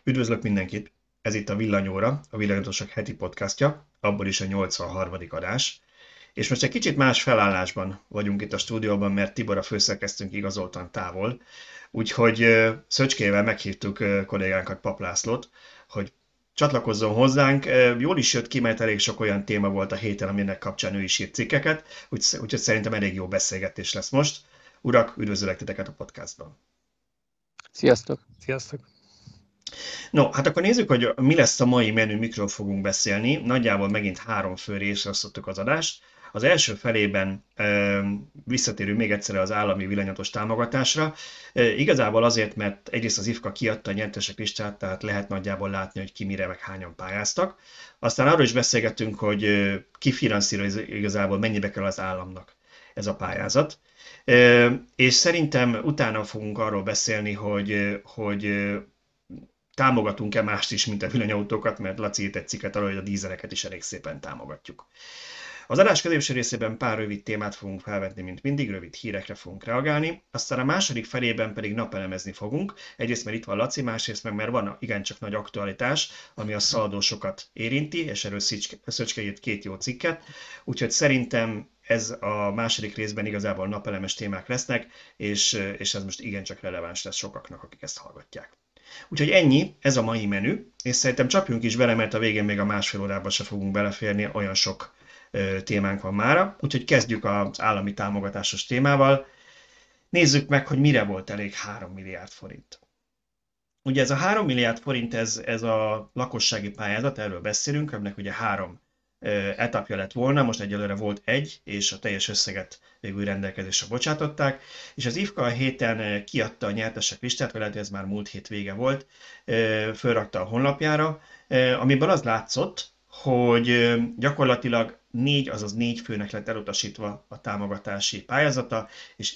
Üdvözlök mindenkit! Ez itt a Villanyóra, a Villanyósok heti podcastja, abból is a 83. adás. És most egy kicsit más felállásban vagyunk itt a stúdióban, mert Tibor a főszerkesztőnk igazoltan távol. Úgyhogy Szöcskével meghívtuk kollégánkat, Pap Lászlót, hogy csatlakozzon hozzánk. Jól is jött ki, mert elég sok olyan téma volt a héten, aminek kapcsán ő is írt cikkeket, úgyhogy szerintem elég jó beszélgetés lesz most. Urak, üdvözöllek titeket a podcastban! Sziasztok! Sziasztok! No, hát akkor nézzük, hogy mi lesz a mai menü, mikről fogunk beszélni. Nagyjából megint 3 fő részre osztottuk az adást. Az első felében visszatérünk még egyszer az állami villanyatos támogatásra. Igazából azért, mert egyrészt az IFKA kiadta a nyertesek listát, tehát lehet nagyjából látni, hogy ki mire meg hányan pályáztak. Aztán arról is beszélgettünk, hogy ki finanszíroz igazából, mennyibe kell az államnak ez a pályázat. És szerintem utána fogunk arról beszélni, hogy támogatunk-e mást is, mint a villanyautókat, mert Laci írt egy cikket arról, hogy a dízeleket is elég szépen támogatjuk. Az adás középső részében pár rövid témát fogunk felvetni, mint mindig, rövid hírekre fogunk reagálni, aztán a második felében pedig napelemezni fogunk, egyrészt mert itt van Laci, másrészt meg mert van igencsak nagy aktualitás, ami a szaldósokat érinti, és erről Szöcske írt 2 jó cikket, úgyhogy szerintem ez a második részben igazából napelemes témák lesznek, és ez most igencsak releváns lesz sokaknak, akik ezt hallgatják. Úgyhogy ennyi, ez a mai menü, és szerintem csapjunk is bele, mert a végén még a másfél órában se fogunk beleférni, olyan sok témánk van mára. Úgyhogy kezdjük az állami támogatásos témával. Nézzük meg, hogy mire volt elég 3 milliárd forint. Ugye ez a 3 milliárd forint, ez a lakossági pályázat, erről beszélünk, aminek ugye 3 etapja lett volna, most egyelőre volt 1, és a teljes összeget végül rendelkezésre bocsátották, és az IFKA a héten kiadta a nyertesek listát, vagy lehet, hogy ez már múlt hét vége volt, fölrakta a honlapjára, amiből az látszott, hogy gyakorlatilag 4 főnek lett elutasítva a támogatási pályázata, és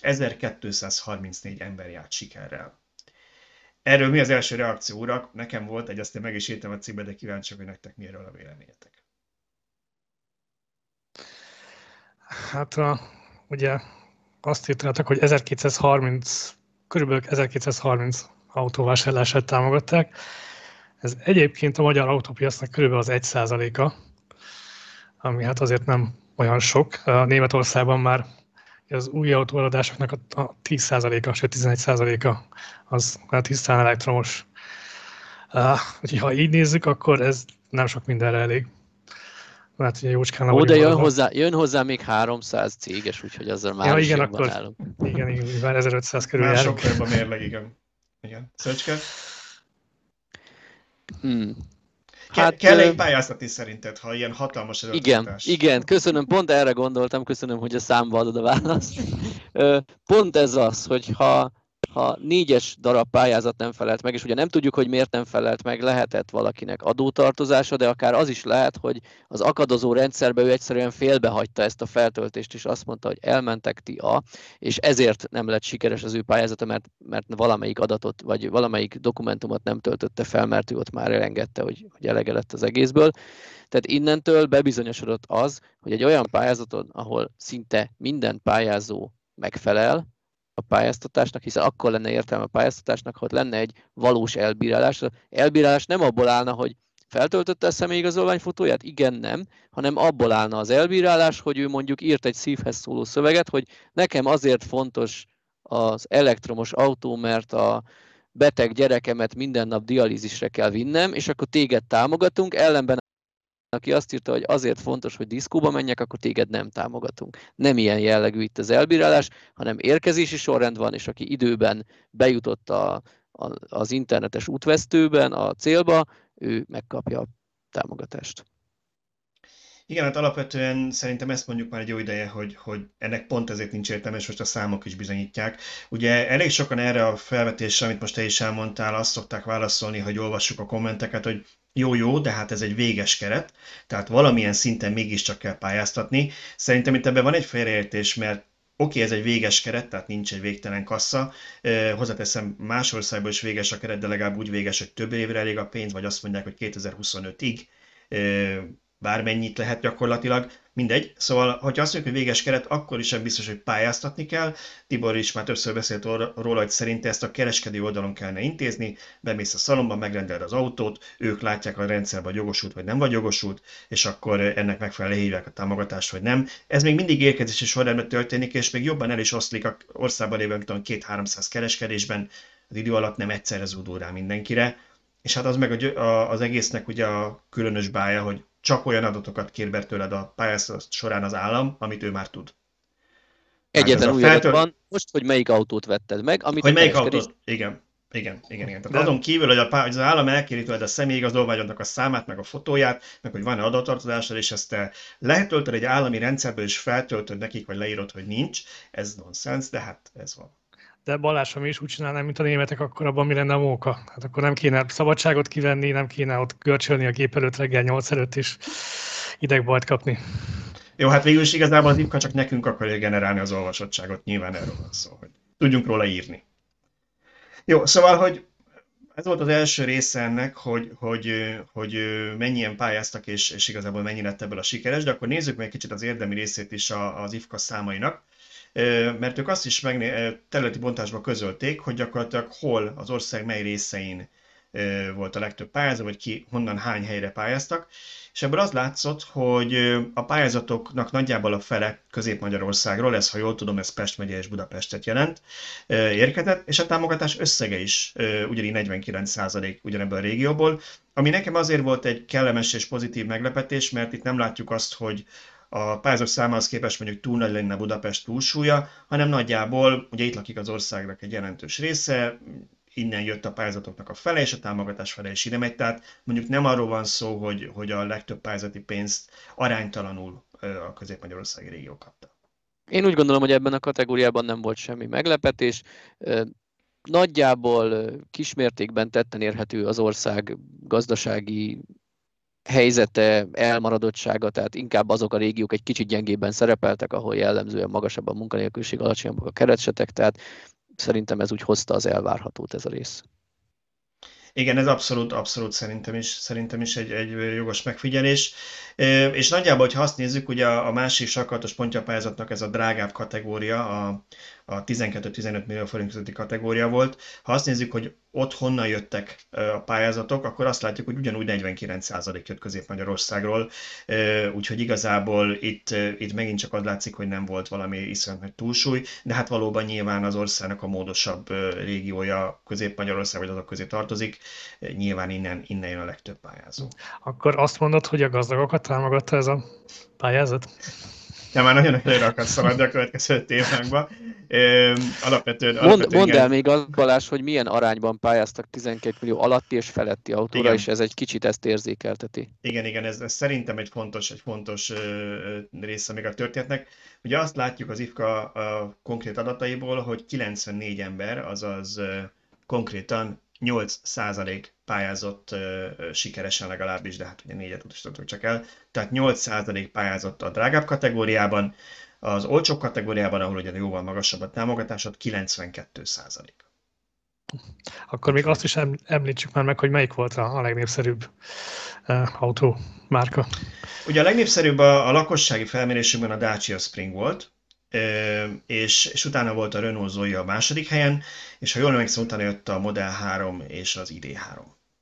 1234 ember járt sikerrel. Erről mi az első reakció, urak? Nekem volt egy, azt én meg is írtam a cikkbe, de kíváncsiak, hogy nektek mi erről a véleményetek. Hát ugye azt írtátok, hogy 1230, körülbelül 1230 autóvásárlását támogatták. Ez egyébként a magyar autópiacnak körülbelül az 1%-a, ami hát azért nem olyan sok. Németországban már az új autóeladásoknak a 10%-a, sőt 11%-a az már tisztán elektromos. Úgyhogy ha így nézzük, akkor ez nem sok mindenre elég. Mert ugye jócskán Ó, de jön hozzá még 300 céges, úgyhogy azzal már is jobban állunk. Igen, már 1500 körül már járunk. Már sokkal a mérleg, igen. Szöcske? Kell egy pályáztatni szerinted, ha ilyen hatalmas elutasítás? Igen, köszönöm, pont erre gondoltam, köszönöm, hogy a számba adod a választ. Pont ez az, hogy ha 4 darab pályázat nem felelt meg, és ugye nem tudjuk, hogy miért nem felelt meg, lehetett valakinek adótartozása, de akár az is lehet, hogy az akadozó rendszerbe ő egyszerűen félbehagyta ezt a feltöltést, és azt mondta, hogy elmentek ti és ezért nem lett sikeres az ő pályázata, mert valamelyik adatot, vagy valamelyik dokumentumot nem töltötte fel, mert ő ott már elengedte, hogy elege lett az egészből. Tehát innentől bebizonyosodott az, hogy egy olyan pályázaton, ahol szinte minden pályázó megfelel a pályáztatásnak, hiszen akkor lenne értelme a pályáztatásnak, ha ott lenne egy valós elbírálás. Az elbírálás nem abból állna, hogy feltöltötte a személyigazolvány fotóját? Igen, nem, hanem abból állna az elbírálás, hogy ő mondjuk írt egy szívhez szóló szöveget, hogy nekem azért fontos az elektromos autó, mert a beteg gyerekemet minden nap dialízisre kell vinnem, és akkor téged támogatunk, ellenben aki azt írta, hogy azért fontos, hogy diszkóba menjek, akkor téged nem támogatunk. Nem ilyen jellegű itt az elbírálás, hanem érkezési sorrend van, és aki időben bejutott az internetes útvesztőben a célba, ő megkapja a támogatást. Igen, hát alapvetően szerintem ezt mondjuk már egy jó ideje, hogy ennek pont ezért nincs értelme, és most a számok is bizonyítják. Ugye elég sokan erre a felvetésre, amit most te is elmondtál, azt szokták válaszolni, hogy olvassuk a kommenteket, hogy jó, de hát ez egy véges keret, tehát valamilyen szinten mégiscsak kell pályáztatni. Szerintem itt ebben van egy félreértés, mert oké, ez egy véges keret, tehát nincs egy végtelen kassa. Hozzáteszem, más országban is véges a keret, de legalább úgy véges, hogy több évre elég a pénz, vagy azt mondják, hogy 2025-ig bármennyit lehet gyakorlatilag, mindegy. Szóval, hogyha azt mondjuk, hogy véges keret, akkor is biztos, hogy pályáztatni kell. Tibor is már többször beszélt róla, hogy szerinte ezt a kereskedő oldalon kellene intézni, bemész a szalomba, megrendeled az autót, ők látják a rendszerben, hogy jogosult vagy nem vagy jogosult, és akkor ennek megfelelően hívják a támogatást, vagy nem. Ez még mindig érkezési sorrendben történik, és még jobban el is oszlik a országban lévő 200-300 kereskedésben, az idő alatt nem egyszerre zúdul rá mindenkire. És hát az meg az egésznek ugye a különös bája, hogy csak olyan adatokat kér be tőled a pályázat során az állam, amit ő már tud. Egyetlen új adat van, most, hogy melyik autót vetted meg, amit hogy a melyik kereskedés... autót? Igen. Tehát azon kívül, hogy az állam elkéri tőled a személyigazolványodnak a számát, meg a fotóját, meg hogy van-e adattartozásod, és ezt te letöltöd egy állami rendszerből, és feltöltöd nekik, vagy leírod, hogy nincs. Ez nonsens, de hát ez van. De Balázs, ha mi is úgy csinálnám, mint a németek, akkor abban mi lenne a móka? Hát akkor nem kéne szabadságot kivenni, nem kéne ott görcsölni a gép előtt reggel 8 előtt is idegbajt kapni. Jó, hát végül is igazából az IPKA csak nekünk akarja generálni az olvasottságot, nyilván erről van szó, hogy tudjunk róla írni. Jó, szóval, hogy ez volt az első része ennek, hogy mennyien pályáztak, és igazából mennyi lett ebből a sikeres, de akkor nézzük meg kicsit az érdemi részét is az IFKA számainak, mert ők azt is területi bontásban közölték, hogy gyakorlatilag hol az ország mely részein volt a legtöbb pályázó, vagy ki honnan hány helyre pályáztak, és ebből az látszott, hogy a pályázatoknak nagyjából a fele Közép-Magyarországról, ez ha jól tudom, ez Pest megye és Budapestet jelent, érkezett, és a támogatás összege is ugyanígy 49% ugyanebből a régióból, ami nekem azért volt egy kellemes és pozitív meglepetés, mert itt nem látjuk azt, hogy a pályázók számához képest mondjuk túl nagy lenne Budapest túlsúlya, hanem nagyjából, ugye itt lakik az országnak egy jelentős része, innen jött a pályázatoknak a fele, és a támogatás fele is ide megy. Tehát mondjuk nem arról van szó, hogy a legtöbb pályázati pénzt aránytalanul a közép-magyarországi régió kapta. Én úgy gondolom, hogy ebben a kategóriában nem volt semmi meglepetés. Nagyjából kismértékben tetten érhető az ország gazdasági helyzete, elmaradottsága, tehát inkább azok a régiók egy kicsit gyengébben szerepeltek, ahol jellemzően magasabb a munkanélküliség, alacsonyabbak a keresetek, tehát szerintem ez úgy hozta az elvárhatót ez a rész. Igen, ez abszolút szerintem is egy jogos megfigyelés. És nagyjából, hogyha azt nézzük, ugye a másik sarkalatos pontja a pályázatnak ez a drágább kategória, a 12-15 millió forint közötti kategória volt. Ha azt nézzük, hogy ott honnan jöttek a pályázatok, akkor azt látjuk, hogy ugyanúgy 49% jött Közép-Magyarországról, úgyhogy igazából itt megint csak az látszik, hogy nem volt valami iszonyat nagy túlsúly, de hát valóban nyilván az országnak a módosabb régiója Közép-Magyarország, vagy azok közé tartozik, nyilván innen jön a legtöbb pályázó. Akkor azt mondod, hogy a gazdagokat támogatta ez a pályázat? De már nagyon előre akarsz szaladni a következő témánkba. Alapvetően Mondd el még azt, Balázs, hogy milyen arányban pályáztak 12 millió alatti és feletti autóra, igen. És ez egy kicsit ezt érzékelteti. Igen, ez szerintem egy fontos része még a történetnek. Ugye azt látjuk az IFKA a konkrét adataiból, hogy 94 ember, azaz konkrétan 8% pályázott sikeresen legalábbis, de hát ugye 4-et utasítottuk csak el. Tehát 8% pályázott a drágább kategóriában, az olcsóbb kategóriában, ahol ugye jóval magasabb a támogatásod, 92%. Akkor még azt is említsük már meg, hogy melyik volt a legnépszerűbb autómárka. Ugye a legnépszerűbb a lakossági felmérésünkben a Dacia Spring volt, és utána volt a Renault Zoe a második helyen, és ha jól emlékszem, utána jött a Model 3 és az ID3.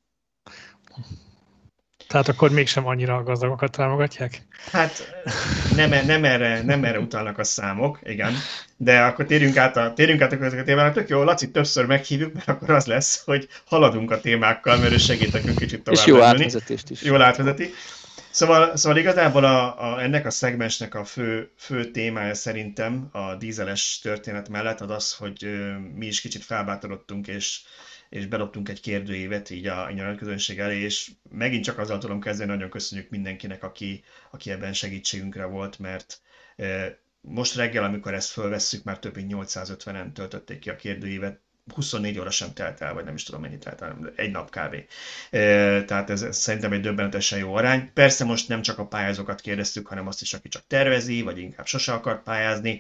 Tehát akkor mégsem annyira a gazdagokat támogatják? Hát nem erre utalnak a számok, igen. De akkor térjünk át a következő témára. Tök jó, Laci többször meghívjuk, mert akkor az lesz, hogy haladunk a témákkal, mert ő segít nekünk kicsit tovább. És jó átvezetést is. Jól átvezeti. Szóval igazából ennek a szegmensnek a fő témája szerintem a dízeles történet mellett az, hogy mi is kicsit felbátorodtunk, és bedobtunk egy kérdőívet így a nagy közönség elé, és megint csak azzal tudom kezdeni, nagyon köszönjük mindenkinek, aki ebben segítségünkre volt, mert most reggel, amikor ezt fölvesszük, már több mint 850-en töltötték ki a kérdőívet, 24 óra sem telt el, vagy nem is tudom mennyit telt el, egy nap kb. Tehát ez szerintem egy döbbenetesen jó arány. Persze most nem csak a pályázókat kérdeztük, hanem azt is, aki csak tervezi, vagy inkább sose akart pályázni.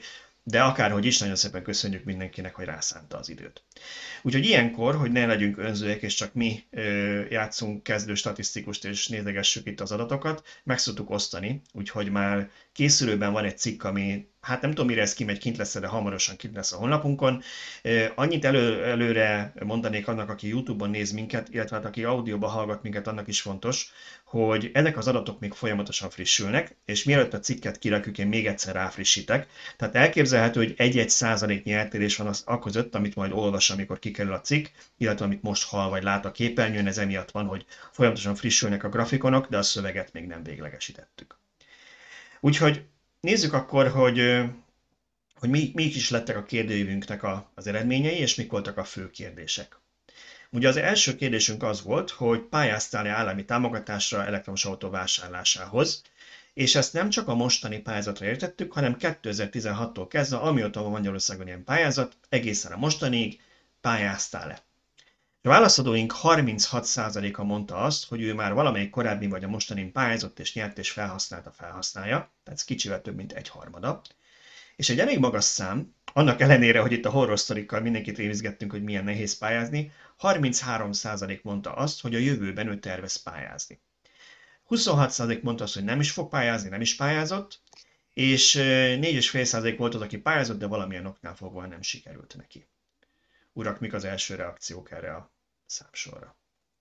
de akárhogy is, nagyon szépen köszönjük mindenkinek, hogy rászánta az időt. Úgyhogy ilyenkor, hogy ne legyünk önzőek, és csak mi játszunk kezdő statisztikust, és nézegessük itt az adatokat, meg szoktuk osztani, úgyhogy már készülőben van egy cikk, ami, hát nem tudom, mire ez kimegy, kint lesz, de hamarosan kint lesz a honlapunkon. Annyit előre mondanék annak, aki YouTube-on néz minket, illetve hát aki audióban hallgat minket, annak is fontos, hogy ezek az adatok még folyamatosan frissülnek, és mielőtt a cikket kirakjuk, én még egyszer ráfrissítek. Tehát elképzelhető, hogy 1-1%-nyi eltérés van az között, amit majd olvas, amikor kikerül a cikk, illetve amit most hall vagy lát a képernyőn, ez emiatt van, hogy folyamatosan frissülnek a grafikonok, de a szöveget még nem véglegesítettük. Úgyhogy nézzük akkor, hogy mik is lettek a kérdőívünknek az eredményei, és mik voltak a fő kérdések. Ugye az első kérdésünk az volt, hogy pályáztál-e állami támogatásra elektromos autó vásárlásához, és ezt nem csak a mostani pályázatra értettük, hanem 2016-tól kezdve, amióta van Magyarországon ilyen pályázat, egészen a mostanig pályáztál-e. A válaszadóink 36%-a mondta azt, hogy ő már valamelyik korábbi vagy a mostanin pályázott és nyert és felhasználja, tehát ez kicsivel több mint egyharmada. És egy elég magas szám, annak ellenére, hogy itt a horror sztorikkal mindenkit rémizgettünk, hogy milyen nehéz pályázni, 33% mondta azt, hogy a jövőben ő tervez pályázni. 26% mondta azt, hogy nem is fog pályázni, nem is pályázott, és 4,5% volt az, aki pályázott, de valamilyen oknál fogva nem sikerült neki. Urak, mik az első reakciók erre a számsorra?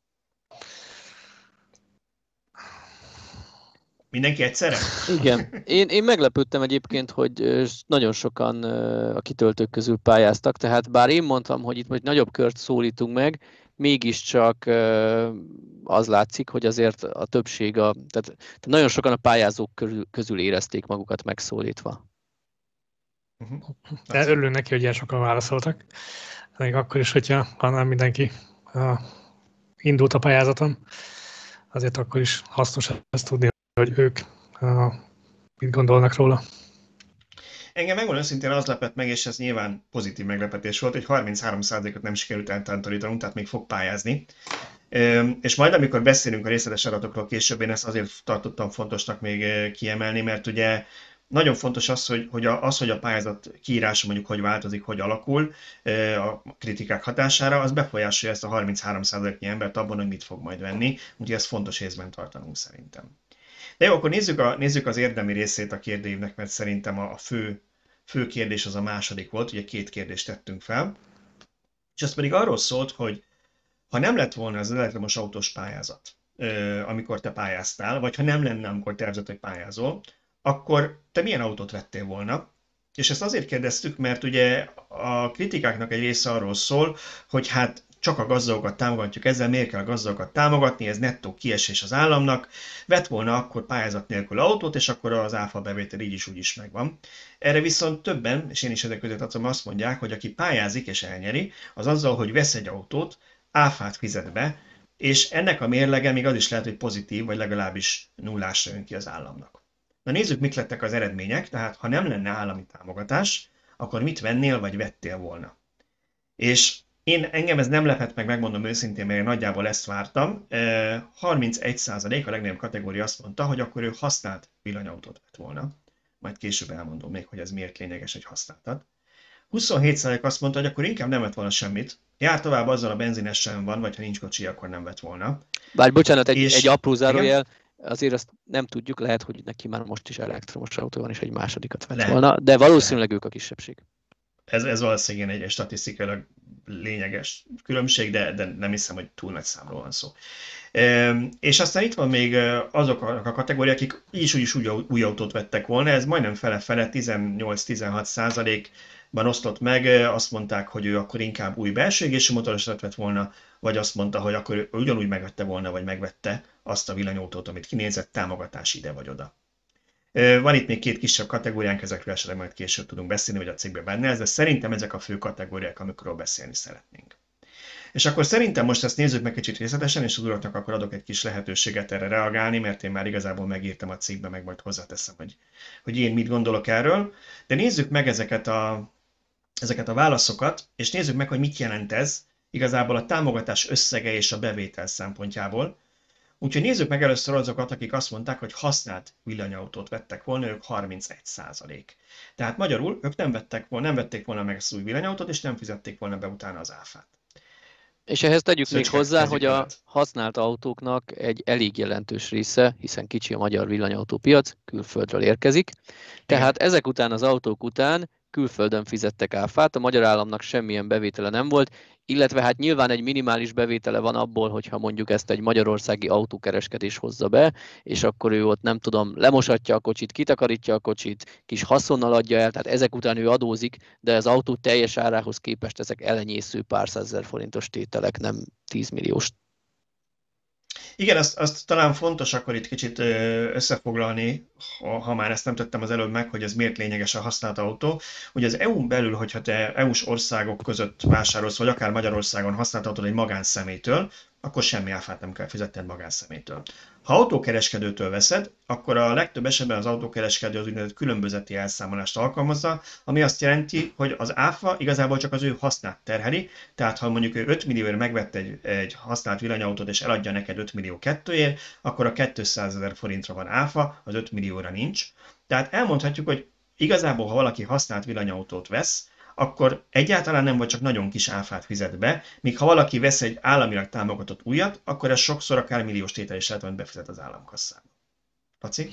Mindenki egyszerre? Igen. Én meglepődtem egyébként, hogy nagyon sokan a kitöltők közül pályáztak, tehát bár én mondtam, hogy itt most nagyobb kört szólítunk meg, mégiscsak az látszik, hogy azért a többség, tehát nagyon sokan a pályázók közül érezték magukat megszólítva. De örülünk neki, hogy ilyen sokan válaszoltak. Még akkor is, hogyha nem mindenki indult a pályázaton, azért akkor is hasznos ezt tudni, hogy ők mit gondolnak róla. Engem megmondom őszintén az lepett meg, és ez nyilván pozitív meglepetés volt, hogy 33%-ot nem sikerült eltántorítanunk, tehát még fog pályázni. És majd amikor beszélünk a részletes adatokról később, én ezt azért tartottam fontosnak még kiemelni, mert ugye nagyon fontos az, hogy a pályázat kiírása mondjuk hogy változik, hogy alakul a kritikák hatására, az befolyásolja ezt a 33%-nyi embert abban, hogy mit fog majd venni, úgyhogy ezt fontos észben tartanunk szerintem. De jó, akkor nézzük az érdemi részét a kérdőívnek, mert szerintem a fő kérdés az a második volt, ugye 2 kérdést tettünk fel, és az pedig arról szólt, hogy ha nem lett volna az elektromos autós pályázat, amikor te pályáztál, vagy ha nem lenne, amikor tervezett, hogy pályázol, akkor te milyen autót vettél volna? És ezt azért kérdeztük, mert ugye a kritikáknak egy része arról szól, hogy hát csak a gazdagokat támogatjuk ezzel, miért kell a gazdagokat támogatni, ez nettó kiesés az államnak, vett volna akkor pályázat nélkül autót, és akkor az áfa bevétel így is úgy is megvan. Erre viszont többen, és én is ezek között azt mondják, hogy aki pályázik és elnyeri, az azzal, hogy vesz egy autót, áfát fizet be, és ennek a mérlege még az is lehet, hogy pozitív, vagy legalábbis nullásra jön ki az államnak. Na nézzük, mik lettek az eredmények, tehát ha nem lenne állami támogatás, akkor mit vennél, vagy vettél volna. És engem ez nem lepett meg, megmondom őszintén, mert én nagyjából ezt vártam. 31% a legnagyobb kategória azt mondta, hogy akkor ő használt villanyautót vett volna. Majd később elmondom még, hogy ez miért lényeges, hogy használtad. 27% azt mondta, hogy akkor inkább nem vett volna semmit. Jár tovább azzal a benzinessel van, vagy ha nincs kocsi, akkor nem vett volna. Bár bocsánat, egy apró zárójel, azért azt nem tudjuk, lehet, hogy neki már most is elektromos autó van, és egy másodikat vett volna, de valószínűleg ők a kisebbség. Ez valószínűleg egy statisztikailag lényeges különbség, de nem hiszem, hogy túl nagy számról van szó. És aztán itt van még azok a kategóriák, akik így is új autót vettek volna, ez majdnem fele-fele, 18-16%-ban osztott meg, azt mondták, hogy ő akkor inkább új belső égésű motorosat vett volna, vagy azt mondta, hogy akkor ő ugyanúgy megvette volna, vagy megvette azt a villanyautót, amit kinézett, támogatás ide vagy oda. Van itt még 2 kisebb kategóriánk, ezekről esetleg majd később tudunk beszélni, vagy a cikkben benne ez, de szerintem ezek a fő kategóriák, amikről beszélni szeretnénk. És akkor szerintem most ezt nézzük meg kicsit részletesen, és az uraknak akkor adok egy kis lehetőséget erre reagálni, mert én már igazából megírtam a cikkbe, meg majd hozzáteszem, hogy én mit gondolok erről. De nézzük meg ezeket a válaszokat, és nézzük meg, hogy mit jelent ez igazából a támogatás összege és a bevétel szempontjából. Úgyhogy nézzük meg először azokat, akik azt mondták, hogy használt villanyautót vettek volna, ők 31%. Tehát magyarul ők nem vették volna meg ezt az új villanyautót, és nem fizették volna be utána az áfát. És ehhez tegyük még Szöcske, hozzá, kezdjük hogy a veled. használt autóknak egy elég jelentős része, hiszen kicsi a magyar villanyautópiac, külföldről érkezik. Tehát ezek után, az autók után külföldön fizettek áfát, a magyar államnak semmilyen bevétele nem volt, illetve hát nyilván egy minimális bevétele van abból, hogyha mondjuk ezt egy magyarországi autókereskedés hozza be, és akkor ő ott nem tudom, lemosatja a kocsit, kitakarítja a kocsit, kis haszonnal adja el, tehát ezek után ő adózik, de az autó teljes árához képest ezek elenyésző pár százezer forintos tételek, nem 10 milliós. Igen, azt talán fontos akkor itt kicsit összefoglalni, ha már ezt nem tettem az előbb meg, hogy ez miért lényeges a használt autó. Ugye az EU-n belül, hogyha te EU-s országok között vásárolsz, vagy akár Magyarországon használt autót egy magánszemélytől, akkor semmi áfát nem kell fizetned magánszemélytől. Ha autókereskedőtől veszed, akkor a legtöbb esetben az autókereskedő az úgynevezett különbözeti elszámolást alkalmazza, ami azt jelenti, hogy az áfa igazából csak az ő hasznát terheli, tehát ha mondjuk ő 5 millióért megvett egy használt villanyautót és eladja neked 5 millió kettőért, akkor a 200 000 forintra van áfa, az 5 millióra nincs. Tehát elmondhatjuk, hogy igazából ha valaki használt villanyautót vesz, akkor egyáltalán nem vagy csak nagyon kis áfát fizet be, míg ha valaki vesz egy államilag támogatott újat, akkor ez sokszor akár milliós tétel is lehet, amit befizet az államkasszába. Laci?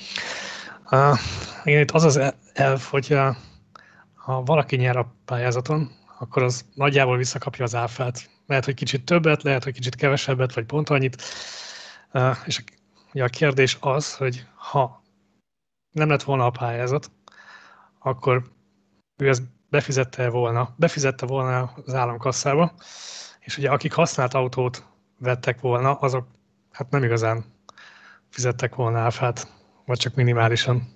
Igen, itt az az elv, hogy ha valaki nyer a pályázaton, akkor az nagyjából visszakapja az áfát. Lehet, hogy kicsit többet, lehet, hogy kicsit kevesebbet, vagy pont annyit. És a kérdés az, hogy ha nem lett volna a pályázat, akkor ő ezt befizette volna az államkasszába, és ugye akik használt autót vettek volna, azok hát nem igazán fizettek volna áfát, vagy csak minimálisan.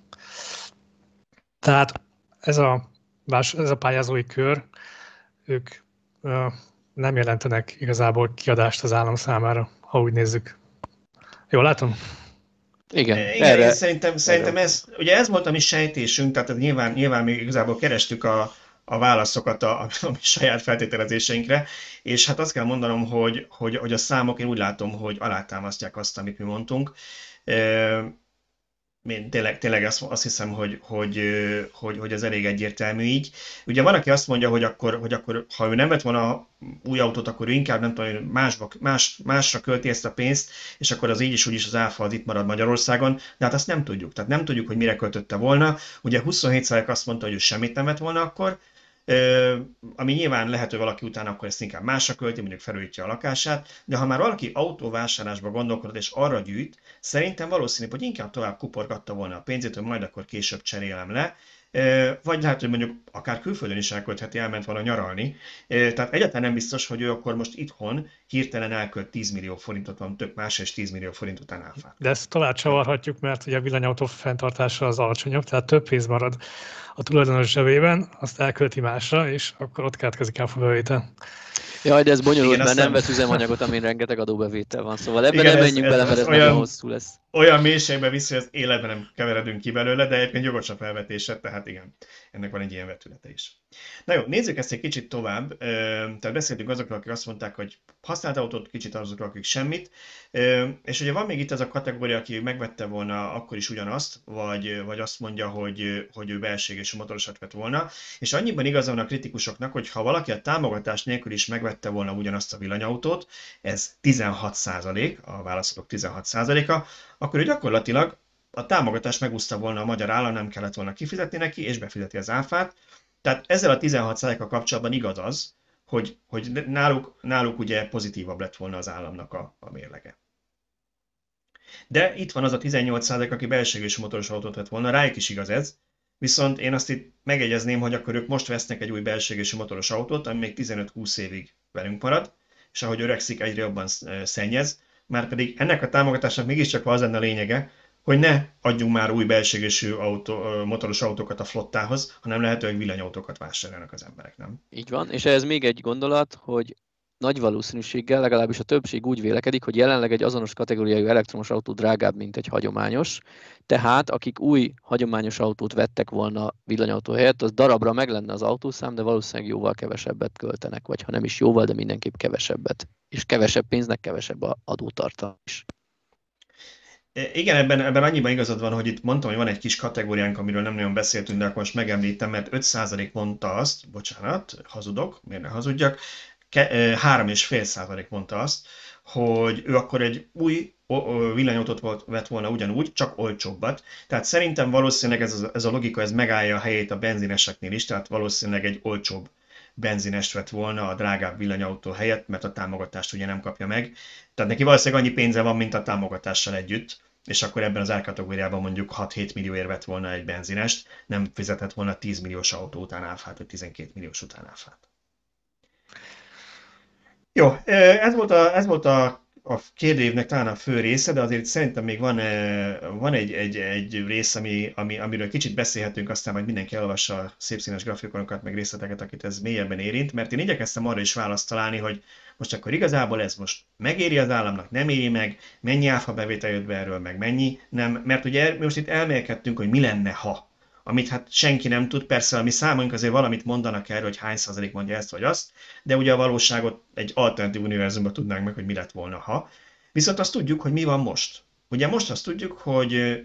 Tehát ez a pályázói kör, ők nem jelentenek igazából kiadást az állam számára, ha úgy nézzük. Jól látom? Igen, én szerintem ez volt a mi sejtésünk, tehát nyilván még igazából kerestük a válaszokat a mi saját feltételezéseinkre, és hát azt kell mondanom, hogy a számok, én úgy látom, hogy alátámasztják azt, amit mi mondtunk. Én tényleg azt hiszem, hogy ez elég egyértelmű így. Ugye van, aki azt mondja, hogy akkor ha ő nem vett volna új autót, akkor ő inkább nem tudom, másra költi ezt a pénzt, és akkor az így is úgyis az áfa az itt marad Magyarországon, de hát azt nem tudjuk. Tehát nem tudjuk, hogy mire költötte volna. Ugye 27% azt mondta, hogy ő semmit nem vett volna akkor, ami nyilván lehet, hogy valaki utána akkor ezt inkább másra költi, mondjuk felújítja a lakását, de ha már valaki autóvásárlásba gondolkodott és arra gyűjt, szerintem valószínű, hogy inkább tovább kuporgatta volna a pénzét, hogy majd akkor később cserélem le, vagy lehet, hogy mondjuk akár külföldön is elköltheti, elment volna nyaralni. Tehát egyáltalán nem biztos, hogy ő akkor most itthon hirtelen elkölt 10 millió forintot, van tök más, és 10 millió forint után áfát. De ezt tovább csavarhatjuk, mert ugye a villanyautó fenntartása az alacsonyabb, tehát több pénz marad a tulajdonos zsebében, azt elkölti másra, és akkor ott keletkezik áfabevétel. Jaj, de ez bonyolult, Igen, mert nem vesz üzemanyagot, amin rengeteg adóbevétel van. Szóval ebben igen, nem menjünk bele, mert ez nagyon hosszú lesz. Olyan mélységbe vissza, hogy az életben nem keveredünk ki belőle, de egyébként jogos a felvetése, tehát igen, ennek van egy ilyen vetülete is. Na jó, nézzük ezt egy kicsit tovább. Tehát beszéltünk azokról, akik azt mondták, hogy használt autót, kicsit azokról, akik semmit. És ugye van még itt ez a kategória, aki megvette volna akkor is ugyanazt, vagy azt mondja, hogy ő belségésű motorosat vett volna. És annyiban igaza van a kritikusoknak, hogy ha valaki a támogatás nélkül is megvette volna ugyanazt a villanyautót, ez 16%, a válaszolók 16%-a, akkor ő gyakorlatilag a támogatást megúszta volna a magyar állam, nem kellett volna kifizetni neki, és befizeti az áfát. Tehát ezzel a 16%-kal kapcsolatban igaz az, hogy náluk ugye pozitívabb lett volna az államnak a mérlege. De itt van az a 18%, aki belségésű motoros autót vett volna, rájuk is igaz ez, viszont én azt itt megegyezném, hogy akkor ők most vesznek egy új belségésű motoros autót, ami még 15-20 évig velünk marad, és ahogy öregszik, egyre jobban szennyez, márpedig ennek a támogatásnak mégiscsak az lenne a lényege, hogy ne adjunk már új belségésű motoros autókat a flottához, hanem lehetőleg villanyautókat vásároljanak az emberek, nem? Így van, és ehhez még egy gondolat, hogy nagy valószínűséggel, legalábbis a többség úgy vélekedik, hogy jelenleg egy azonos kategóriájú elektromos autó drágább, mint egy hagyományos. Tehát akik új hagyományos autót vettek volna villanyautó helyett, az darabra meg lenne az autószám, de valószínűleg jóval kevesebbet költenek, vagy ha nem is jóval, de mindenképp kevesebbet. És kevesebb pénznek kevesebb a adótartalma is. Igen, ebben annyiban igazad van, hogy itt mondtam, hogy van egy kis kategóriánk, amiről nem nagyon beszéltünk, de akkor most megemlítem, mert 5% mondta azt, bocsánat, hazudok, miért ne hazudjak, 3,5% mondta azt, hogy ő akkor egy új villanyautót vett volna ugyanúgy, csak olcsóbbat. Tehát szerintem valószínűleg ez a logika ez megállja a helyét a benzineseknél is, tehát valószínűleg egy olcsóbb benzinest vett volna a drágább villanyautó helyett, mert a támogatást ugye nem kapja meg. Tehát neki valószínűleg annyi pénze van, mint a támogatással együtt, és akkor ebben az árkategóriában mondjuk 6-7 millióért vett volna egy benzinest, nem fizetett volna 10 milliós autó után áfát, vagy 12 milliós után áfát. Jó, ez volt a kérdőívnek talán a fő része, de azért szerintem még van egy rész, amiről kicsit beszélhetünk, aztán majd mindenki elolvassa a szép színes grafikonokat, meg részleteket, akit ez mélyebben érint, mert én igyekeztem arra is választ találni, hogy most akkor igazából ez most megéri az államnak, nem éri meg, mennyi áfa bevétel jött be erről, meg mennyi nem, mert ugye mi most itt elmélkedtünk, hogy mi lenne, ha, amit hát senki nem tud, persze a mi számunk azért valamit mondanak erről, hogy hány százalék mondja ezt vagy azt, de ugye a valóságot egy alternatív univerzumban tudnánk meg, hogy mi lett volna, ha. Viszont azt tudjuk, hogy mi van most. Ugye most azt tudjuk, hogy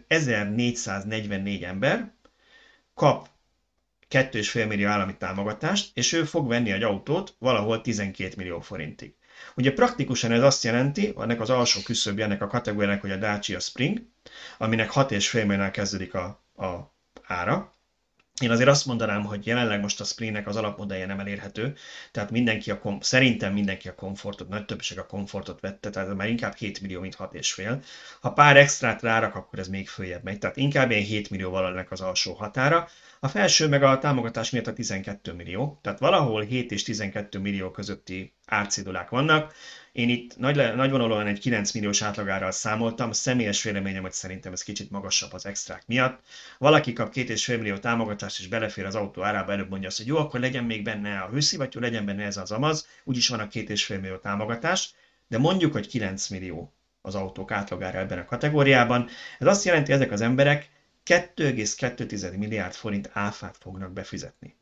1444 ember kap 2,5 millió állami támogatást, és ő fog venni egy autót valahol 12 millió forintig. Ugye praktikusan ez azt jelenti, ennek az alsó küszöbje ennek a kategóriának, hogy a Dacia Spring, aminek 6,5 milliónál kezdődik a ára. Én azért azt mondanám, hogy jelenleg most a Springnek az alapmodellje nem elérhető, tehát szerintem mindenki a komfortot, nagy többség a komfortot vette, tehát már inkább 7 millió, mint 6,5. Ha pár extrát rárak, akkor ez még följebb megy, tehát inkább ilyen 7 millió valanek az alsó határa. A felső meg a támogatás miatt a 12 millió, tehát valahol 7 és 12 millió közötti árcédulák vannak. Én itt nagyvonalúan egy 9 milliós átlagárral számoltam, személyes véleményem, hogy szerintem ez kicsit magasabb az extrák miatt. Valaki kap 2,5 millió támogatást és belefér az autó árába, előbb mondja azt, hogy jó, akkor legyen még benne a hőszivattyú, legyen benne ez az amaz, úgyis van a 2,5 millió támogatás, de mondjuk, hogy 9 millió az autók átlagára ebben a kategóriában. Ez azt jelenti, hogy ezek az emberek 2,2 milliárd forint áfát fognak befizetni.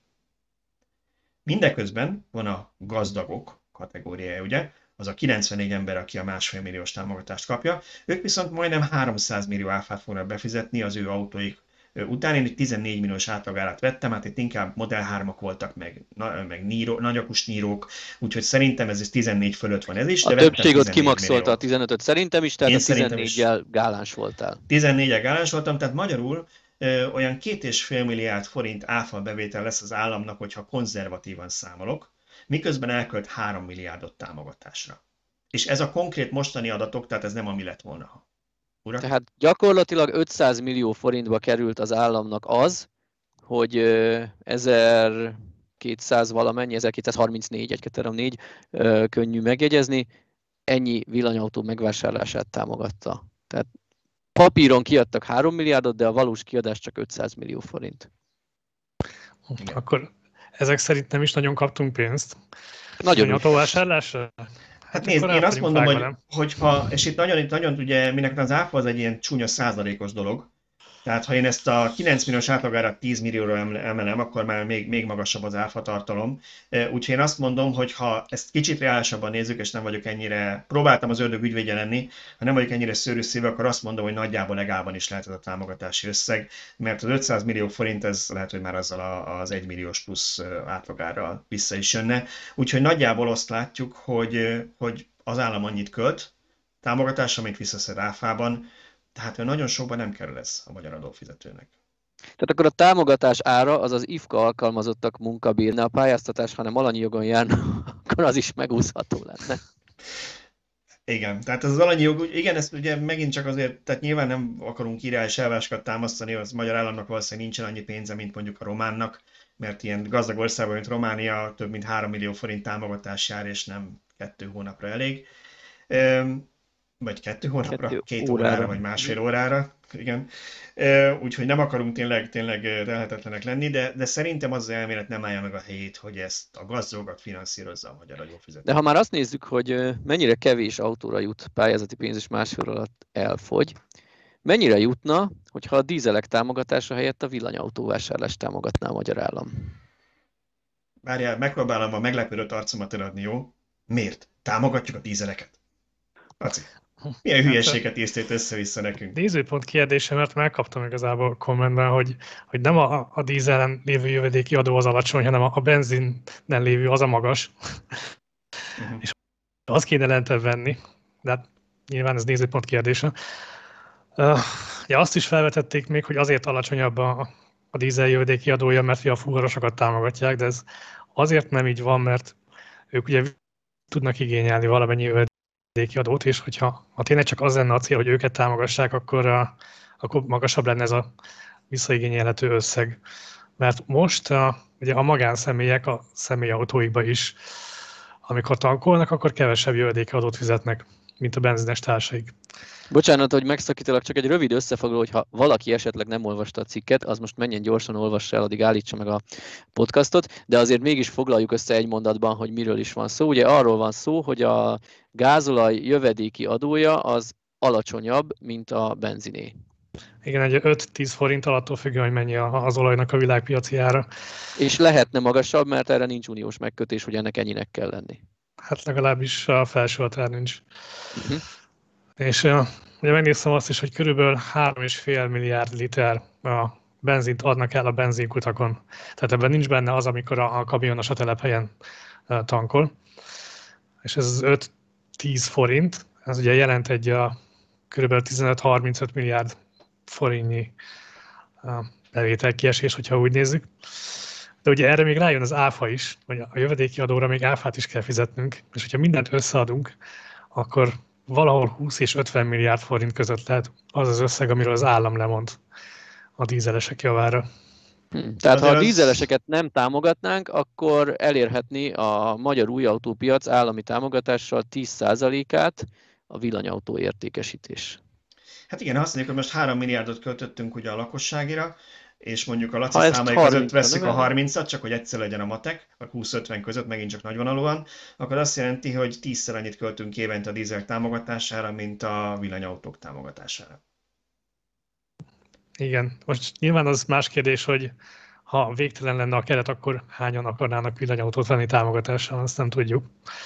Mindeközben van a gazdagok kategóriája, ugye, az a 94 ember, aki a 1,5 milliós támogatást kapja, ők viszont majdnem 300 millió áfát fognak befizetni az ő autóik után. Én itt 14 milliós átlagárát vettem, hát itt inkább Model 3-ak voltak, meg nagyakus nírók, úgyhogy szerintem ez is 14 fölött van ez is. A többség ott kimaxolta a 15-öt szerintem is, tehát Én a 14-jel gáláns voltál. 14-jel gáláns voltam, tehát magyarul olyan 2,5 milliárd forint áfa bevétel lesz az államnak, hogyha konzervatívan számolok, miközben elkölt 3 milliárdot támogatásra. És ez a konkrét mostani adatok, tehát ez nem ami lett volna. Urak? Tehát gyakorlatilag 500 millió forintba került az államnak az, hogy 1200 valamennyi, 1234, 1234 könnyű megjegyezni, ennyi villanyautó megvásárlását támogatta. Tehát papíron kiadtak 3 milliárdot, de a valós kiadás csak 500 millió forint. Akkor ezek szerint nem is nagyon kaptunk pénzt. Nagyon autóvásárlásra? Hát nézd, én azt mondom, hogyha, és itt nagyon ugye, minek az áfa az egy ilyen csúnya százalékos dolog, tehát ha én ezt a 9 milliós átlagárat 10 millióra emelem, akkor már még magasabb az áfa tartalom. Úgyhogy én azt mondom, hogy ha ezt kicsit reálisabban nézzük, és nem vagyok ennyire, próbáltam az ördög ügyvédje lenni, ha nem vagyok ennyire szőrűszívő, akkor azt mondom, hogy nagyjából legálban is lehet ez a támogatási összeg, mert az 500 millió forint, ez lehet, hogy már azzal az 1 milliós plusz átlagárral vissza is jönne. Úgyhogy nagyjából azt látjuk, hogy az állam annyit költ, támogatásra, amit visszaszed áfában, tehát nagyon sokban nem kerül ez a magyar adófizetőnek. Tehát akkor a támogatás ára az IFKA alkalmazottak munkabírna, a pályáztatás, hanem alanyi jogon járna, akkor az is megúszható lenne. Igen, tehát az alanyi jog, igen, ezt ugye megint csak azért, tehát nyilván nem akarunk irreális elvárásokat támasztani, az magyar államnak valószínűleg nincsen annyi pénze, mint mondjuk a románnak, mert ilyen gazdag országban, mint Románia, több mint 3 millió forint támogatás jár, és nem 2 hónapra elég. Vagy 2 hónapra, 2 órára, vagy másfél órára, igen. Úgyhogy nem akarunk tényleg telhetetlenek lenni, de szerintem az elmélet nem állja meg a helyét, hogy ezt a gazdagokat finanszírozza a magyar adófizető. De ha már azt nézzük, hogy mennyire kevés autóra jut pályázati pénz és másfél alatt elfogy, mennyire jutna, hogyha a dízelek támogatása helyett a villanyautóvásárlást támogatná a magyar állam? Várjál, megpróbálom a meglepődött arcomat eladni, jó? Miért? Támogatjuk a dízeleket? Laci. Milyen Hát hülyeséget írsz össze-vissza nekünk? nézőpont kérdése, mert megkaptam igazából kommentben, hogy nem a dízelen lévő jövedéki adó az alacsony, hanem a benzinnen lévő az a magas. Uh-huh. És az kéne lentebb venni, de hát nyilván ez nézőpont kérdése. Ja, azt is felvetették még, hogy azért alacsonyabb a dízel jövedéki adója, mert a fuvarosokat támogatják, de ez azért nem így van, mert ők ugye tudnak igényelni valamennyi jövedéki adót, és hogyha tényleg csak az lenne a cél, hogy őket támogassák, akkor magasabb lenne ez a visszaigényelhető összeg. Mert most ugye a magánszemélyek a személyautóikba is, amikor tankolnak, akkor kevesebb jövedéki adót fizetnek, mint a benzines társaik. Bocsánat, hogy megszakítalak, csak egy rövid összefoglaló, hogyha valaki esetleg nem olvasta a cikket, az most menjen gyorsan, olvassa el, addig állítsa meg a podcastot, de azért mégis foglaljuk össze egy mondatban, hogy miről is van szó. Ugye arról van szó, hogy a gázolaj jövedéki adója az alacsonyabb, mint a benziné. Igen, egy 5-10 forint attól függően, hogy mennyi az olajnak a világpiaci ára. És lehetne magasabb, mert erre nincs uniós megkötés, hogy ennek ennyinek kell lenni. Hát legalábbis a felső határ nincs. Uh-huh. És ugye megnéztem azt is, hogy körülbelül 3,5 milliárd liter a benzint adnak el a benzinkutakon. Tehát ebben nincs benne az, amikor a kamionos a telephelyen tankol. És ez az 5-10 forint, ez ugye jelent egy körülbelül 15-35 milliárd forintnyi bevételkiesés, hogyha úgy nézzük. De ugye erre még rájön az áfa is, hogy a jövedéki adóra még áfát is kell fizetnünk, és hogyha mindent összeadunk, akkor valahol 20 és 50 milliárd forint között lehet az az összeg, amiről az állam lemond a dízelesek javára. Tehát ha a dízeleseket nem támogatnánk, akkor elérhetni a magyar új autópiac állami támogatással 10%-át a villanyautó értékesítés. Hát igen, azt mondjuk, hogy most 3 milliárdot költöttünk ugye a lakosságira, és mondjuk a Laci Ha ezt számai között 30-ra vesszük a növelnénk? 30-at, csak hogy egyszer legyen a matek, vagy 20-50 között, megint csak nagyvonalúan, akkor azt jelenti, hogy 10-szer annyit költünk évente a dízel támogatására, mint a villanyautók támogatására. Igen, most nyilván az más kérdés, hogy ha végtelen lenne a keret, akkor hányan akarnának villanyautót venni támogatással, azt nem tudjuk.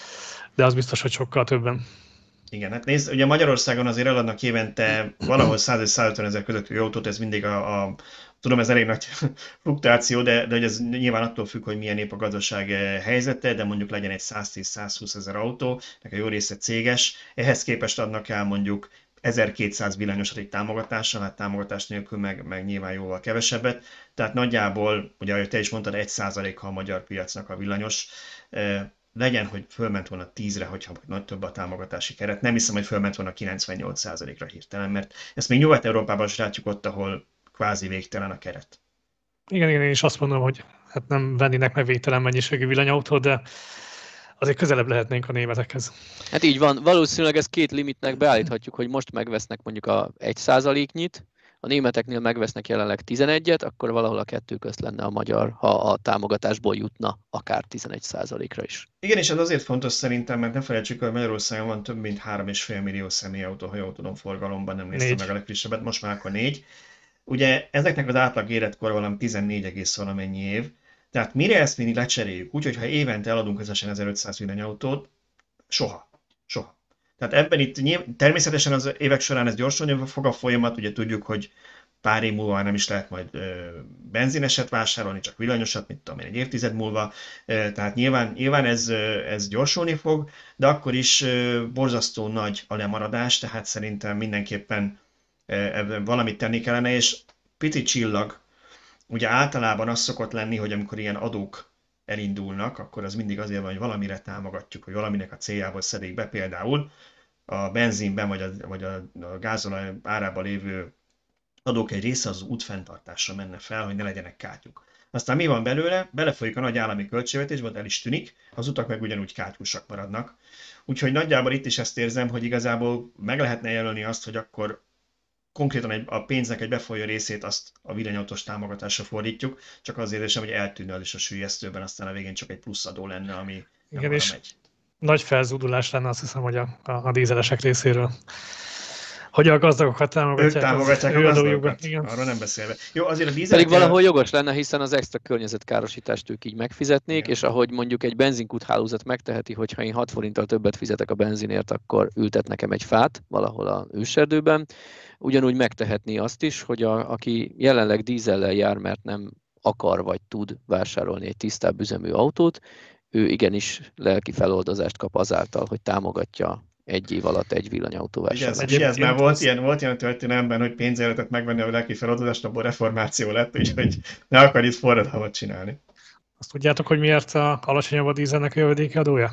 De az biztos, hogy sokkal többen. Igen, hát nézd, ugye Magyarországon azért eladnak évente valahol 100 és 150 ezer közötti autót, ez mindig tudom, ez elég nagy fluktuáció, de hogy ez nyilván attól függ, hogy milyen épp a gazdaság helyzete, de mondjuk legyen egy 110-120 ezer autó, nek a jó része céges, ehhez képest adnak el mondjuk 1200 villanyosat egy támogatással, hát támogatás nélkül meg nyilván jóval kevesebbet, tehát nagyjából, ugye ahogy te is mondtad, 1%-a a magyar piacnak a villanyos, legyen, hogy fölment volna 10-re, hogyha nagy több a támogatási keret. Nem hiszem, hogy fölment volna 98%-ra hirtelen, mert ezt még Nyugat-Európában is látjuk ott, ahol kvázi végtelen a keret. Igen, én is azt mondom, hogy hát nem vennének meg végtelen mennyiségű villanyautót, de azért közelebb lehetnénk a németekhez. Hát így van, valószínűleg ezt két limitnek beállíthatjuk, hogy most megvesznek mondjuk a 1%-nyit, a németeknél megvesznek jelenleg 11-et, akkor valahol a kettő közt lenne a magyar, ha a támogatásból jutna akár 11%-ra is. Igen, és ez azért fontos szerintem, mert ne felejtsük, hogy Magyarországon van több mint 3,5 millió személyautó, ha jól tudom, forgalomban, nem néztem meg a legfrissebbet, most már akkor 4. Ugye ezeknek az átlag életkor valami 14, valamennyi év, tehát mire ezt mindig lecseréljük, úgyhogy ha évente eladunk összesen 1500 villanyautót, soha. Soha. Tehát ebben itt természetesen az évek során ez gyorsulni fog a folyamat, ugye tudjuk, hogy pár év múlva nem is lehet majd benzineset vásárolni, csak villanyosat, mint tudom én, egy évtized múlva. Tehát nyilván ez gyorsulni fog, de akkor is borzasztó nagy a lemaradás, tehát szerintem mindenképpen ebben valamit tenni kellene, és pici csillag, ugye általában az szokott lenni, hogy amikor ilyen adók elindulnak, akkor az mindig azért van, hogy valamire támogatjuk, hogy valaminek a céljából szedik be, például a benzinben vagy a gázolaj árában lévő adók egy része az útfenntartásra menne fel, hogy ne legyenek kátyuk. Aztán mi van belőle? Belefolyik a nagy állami költségvetésbe, el is tűnik, az utak meg ugyanúgy kátyusak maradnak. Úgyhogy nagyjából itt is ezt érzem, hogy igazából meg lehetne jelölni azt, hogy akkor konkrétan a pénznek egy befolyó részét azt a villanyautós támogatásra fordítjuk, csak azért érzem, hogy eltűnne az is a süllyesztőben, aztán a végén csak egy plusz adó lenne, ami nem arra megy. Nagy felzúdulás lenne, azt hiszem, hogy a dízelesek részéről. Hogy a gazdagokat Ők támogatják az támogatják a ő adójukban. gazdagokat. Igen. Arról nem beszélve. Jó, azért a Pedig dízelekkel... valahol jogos lenne, hiszen az extra környezetkárosítást ők így megfizetnék, Igen. és ahogy mondjuk egy benzinkúthálózat megteheti, hogy ha én 6 forinttal többet fizetek a benzinért, akkor ültet nekem egy fát valahol a őserdőben. Ugyanúgy megtehetné azt is, hogy aki jelenleg dízellel jár, mert nem akar vagy tud vásárolni egy tisztább üzemű autót, ő igenis lelki feloldozást kap azáltal, hogy támogatja 1 év alatt egy villanyautó vásárlását. Ugye ez már volt ilyen történelemben, hogy pénzzel lehetett megvenni a lelki feloldozást, abból reformáció lett, úgyhogy ne akar itt forradalmat csinálni. Azt tudjátok, hogy miért alacsonyabb a dízelnek a jövedéki adója?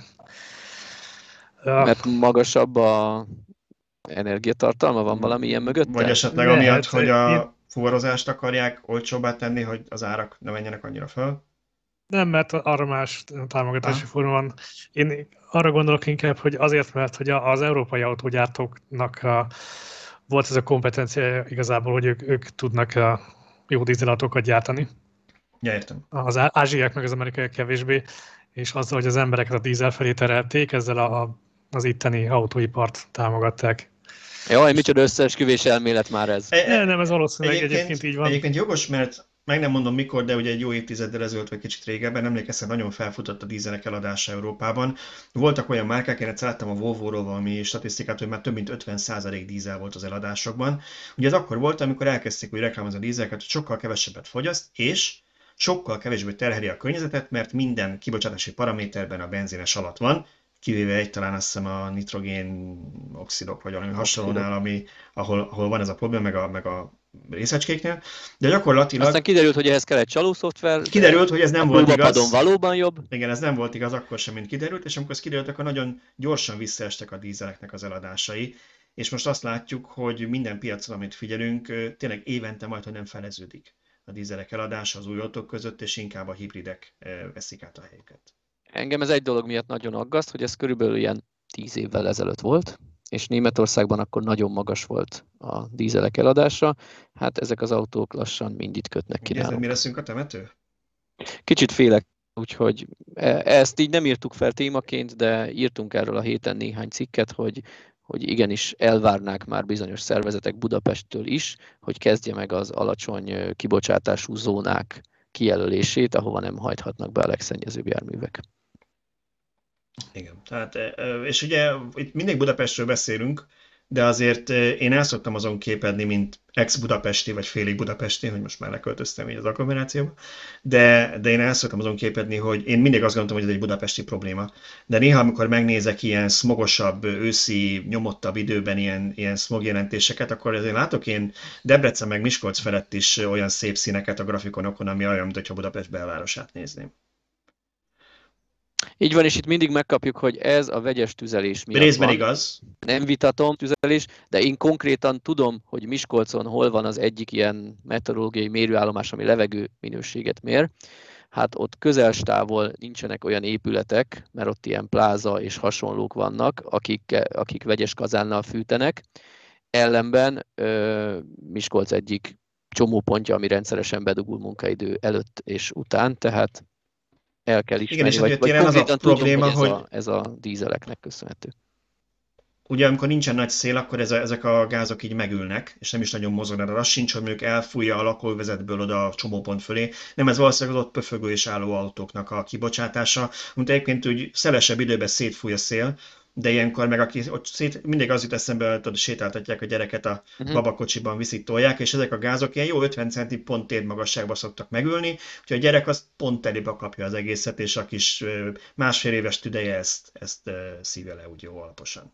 Mert magasabb a energiatartalma, van valami ilyen mögötte? Vagy esetleg amiatt, hogy a fuvarozást akarják olcsóbbá tenni, hogy az árak ne menjenek annyira föl? Nem, mert arra más támogatási forma van. Én arra gondolok inkább, hogy azért, mert hogy az európai autógyártóknak volt ez a kompetenciája igazából, hogy ők tudnak jó dízelautókat gyártani. Ja, értem. Az ázsiák meg az amerikaiak kevésbé, és azzal, hogy az embereket a dízel felé terelték, ezzel az itteni autóipart támogatták. Jaj, micsoda összeesküvés elmélet már ez. Nem, ez valószínűleg egyébként így van. Egyébként jogos, mert meg nem mondom mikor, de ugye egy jó évtizeddel ezelőtt, vagy kicsit régebben, emlékeztem, nagyon felfutott a dízelek eladása Európában. Voltak olyan márkák, én egyszer láttam a Volvo-ról valami statisztikát, hogy már több mint 50% dízel volt az eladásokban. Ugye ez akkor volt, amikor elkezdték úgy reklámozni a dízeleket, hogy sokkal kevesebbet fogyaszt, és sokkal kevésbé terheli a környezetet, mert minden kibocsátási paraméterben a benzines alatt van, kivéve talán azt hiszem a nitrogén oxidok, vagy valami hasonlónál, ahol van ez a probléma, meg a részecskéknél, de gyakorlatilag... Aztán kiderült, hogy ehhez kell egy csalószoftver. Kiderült, hogy ez nem volt igaz. Valóban jobb. Igen, ez nem volt igaz akkor sem, mint kiderült, és amikor ez kiderült, akkor nagyon gyorsan visszaestek a dízeleknek az eladásai, és most azt látjuk, hogy minden piacon, amit figyelünk, tényleg évente majd, hogy nem feleződik a dízelek eladása az új autók között, és inkább a hibridek veszik át a helyüket. Engem ez egy dolog miatt nagyon aggaszt, hogy ez körülbelül ilyen 10 évvel ezelőtt volt, és Németországban akkor nagyon magas volt a dízelek eladása. Hát ezek az autók lassan mind itt kötnek ki nálunk. Mi leszünk a temető? Kicsit félek, úgyhogy ezt így nem írtuk fel témaként, de írtunk erről a héten néhány cikket, hogy igenis elvárnák már bizonyos szervezetek Budapesttől is, hogy kezdje meg az alacsony kibocsátású zónák kijelölését, ahova nem hajthatnak be a legszennyezőbb járművek. Igen, tehát, és ugye itt mindig Budapestről beszélünk, de azért én el szoktam azon képedni, mint ex-budapesti, vagy félig budapesti, hogy most már leköltöztem így az agglomerációba, de én el szoktam azon képedni, hogy én mindig azt gondoltam, hogy ez egy budapesti probléma. De néha, amikor megnézek ilyen smogosabb, őszi, nyomottabb időben ilyen smog jelentéseket, akkor azért látok én Debrecen meg Miskolc felett is olyan szép színeket a grafikonokon, ami olyan, mintha Budapest belvárosát nézném. Így van, és itt mindig megkapjuk, hogy ez a vegyes tüzelés miatt Részben van. igaz. Nem vitatom tüzelés, de én konkrétan tudom, hogy Miskolcon hol van az egyik ilyen meteorológiai mérőállomás, ami levegő minőséget mér. Hát ott közelstávol nincsenek olyan épületek, mert ott ilyen pláza és hasonlók vannak, akik vegyes kazánnal fűtenek. Ellenben Miskolc egyik csomópontja, ami rendszeresen bedugul munkaidő előtt és után, tehát el kell ismerni, igen, és vagy konkrétan probléma, tudom, hogy ez a dízeleknek köszönhető. Ugye amikor nincsen nagy szél, akkor ezek a gázok így megülnek, és nem is nagyon mozognak, de az sincs, hogy mondjuk elfújja a lakóvezetből oda a csomópont fölé. Nem, ez valószínűleg az ott pöfögő és álló autóknak a kibocsátása, amit egyébként úgy szelesebb időben szétfúj a szél, de ilyenkor meg mindig az jut eszembe, hogy sétáltatják a gyereket a babakocsiban, viszik, tolják, és ezek a gázok ilyen jó 50 centi pont térdmagasságban szoktak megülni, úgyhogy a gyerek az pont elébe kapja az egészet, és a kis másfél éves tüdeje ezt szívja le úgy jó alaposan.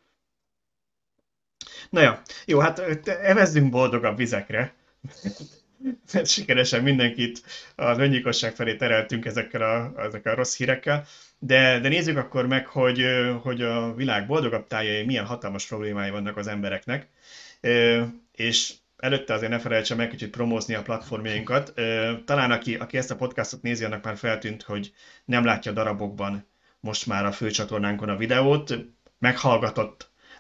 Na ja, jó, hát evezzünk boldogabb vizekre, mert sikeresen mindenkit az öngyilkosság felé tereltünk ezekkel a rossz hírekkel, de nézzük akkor meg, hogy a világ boldogabb tájai milyen hatalmas problémái vannak az embereknek, és előtte azért ne felejtsem meg kicsit promózni a platformjainkat. Talán aki ezt a podcastot nézi, annak már feltűnt, hogy nem látja darabokban most már a főcsatornánkon a videót, meghallgatott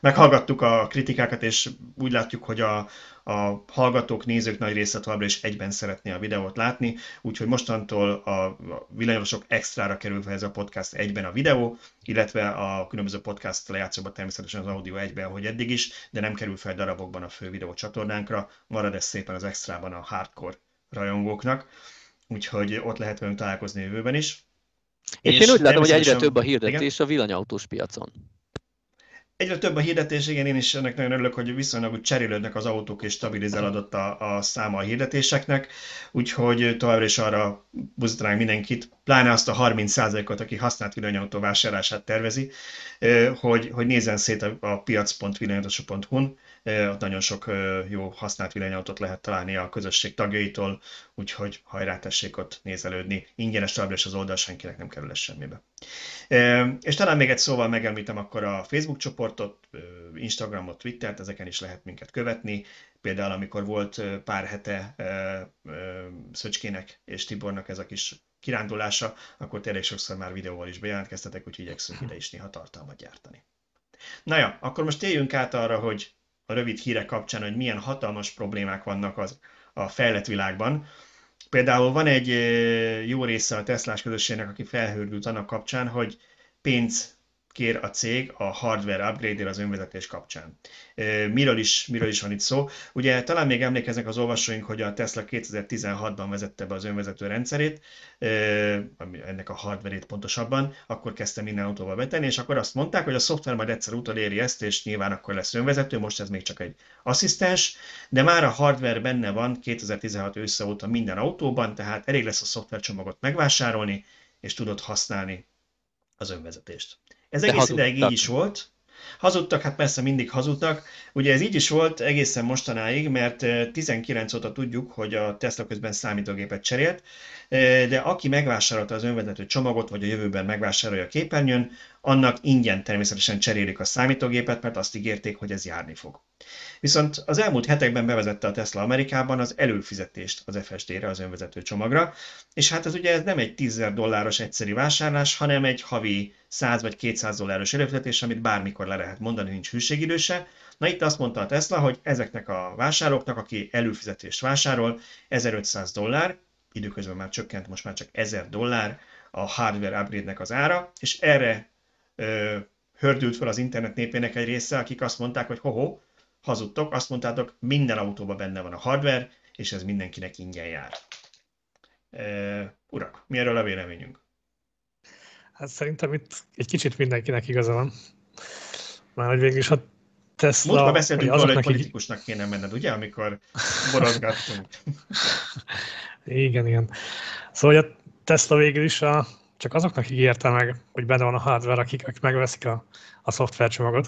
meghallgattuk a kritikákat, és úgy látjuk, hogy a hallgatók, nézők nagy része továbbra is egyben szeretné a videót látni, úgyhogy mostantól a villanyosok extrára kerül fel ez a podcast egyben a videó, illetve a különböző podcast lejátszókban természetesen az audio egyben, ahogy eddig is, de nem kerül fel darabokban a fő videó csatornánkra, marad ez szépen az extrában a hardcore rajongóknak, úgyhogy ott lehet velünk találkozni jövőben is. És én úgy látom, hogy egyre természetesen- több a hirdetés a villanyautós piacon. Egyre több a hirdetés, igen, én is ennek nagyon örülök, hogy viszonylag úgy cserélődnek az autók, és stabilizálódott a száma a hirdetéseknek, úgyhogy továbbra is arra buzdítanánk mindenkit, pláne azt a 30%-ot, aki használt villanyautó vásárlását tervezi, hogy nézzen szét a piac.villanyautósok.hu-n, ott nagyon sok jó használt villanyautót lehet találni a közösség tagjaitól, úgyhogy hajrá, tessék ott nézelődni. Ingyenes továbbra is az oldal, senkinek nem kerül ez semmibe. És talán még egy szóval megemlítem akkor a Facebook csoportot, Instagramot, Twittert, ezeken is lehet minket követni. Például amikor volt pár hete Szöcskének és Tibornak ez a kis kirándulása, akkor tényleg sokszor már videóval is bejelentkeztetek, úgyhogy igyekszünk ide is néha tartalmat gyártani. Na ja, akkor most térjünk át arra, hogy a rövid hírek kapcsán, hogy milyen hatalmas problémák vannak a fejlett világban. Például van egy jó része a Teslás közösségnek, aki felhördült annak kapcsán, hogy pénz kér a cég a hardware upgrade-ére az önvezetés kapcsán. Miről is van itt szó? Ugye talán még emlékeznek az olvasóink, hogy a Tesla 2016-ban vezette be az önvezető rendszerét, ennek a hardware-ét pontosabban, akkor kezdte minden autóval betenni, és akkor azt mondták, hogy a szoftver majd egyszer utoléri ezt, és nyilván akkor lesz önvezető, most ez még csak egy asszisztens, de már a hardware benne van 2016 ősze óta minden autóban, tehát elég lesz a szoftvercsomagot megvásárolni, és tudod használni az önvezetést. Ez De egész ideig így hazudtak. is volt. Hazudtak, hát persze mindig hazudtak. Ugye ez így is volt egészen mostanáig, mert 19 óta tudjuk, hogy a Tesla közben számítógépet cserélt, de aki megvásárolta az önvezető csomagot, vagy a jövőben megvásárolja a képernyőn, annak ingyen természetesen cserélik a számítógépet, mert azt ígérték, hogy ez járni fog. Viszont az elmúlt hetekben bevezette a Tesla Amerikában az előfizetést az FSD-re, az önvezető csomagra, és hát ez ugye ez nem egy $10,000 egyszeri vásárlás, hanem egy havi 100 vagy 200 dolláros előfizetés, amit bármikor le lehet mondani, nincs hűségidőse. Na itt azt mondta a Tesla, hogy ezeknek a vásárlóknak, aki előfizetést vásárol, $1,500, időközben már csökkent, most már csak $1,000 a hardware upgrade-nek az ára, és erre hördült fel az internet népének egy része, akik azt mondták, hogy hoho, hazudtok, azt mondtátok, minden autóban benne van a hardware, és ez mindenkinek ingyen jár. Urak, mi erről a véleményünk? Hát szerintem itt egy kicsit mindenkinek igaza van. Már hogy végül is a Tesla... Múltkor beszéltünk róla, hogy akik- politikusnak kéne menned, ugye, amikor borozgattunk. Igen. Szóval hogy a Tesla végül is csak azoknak ígérte meg, hogy benne van a hardware, akik megveszik a szoftvercsomagot.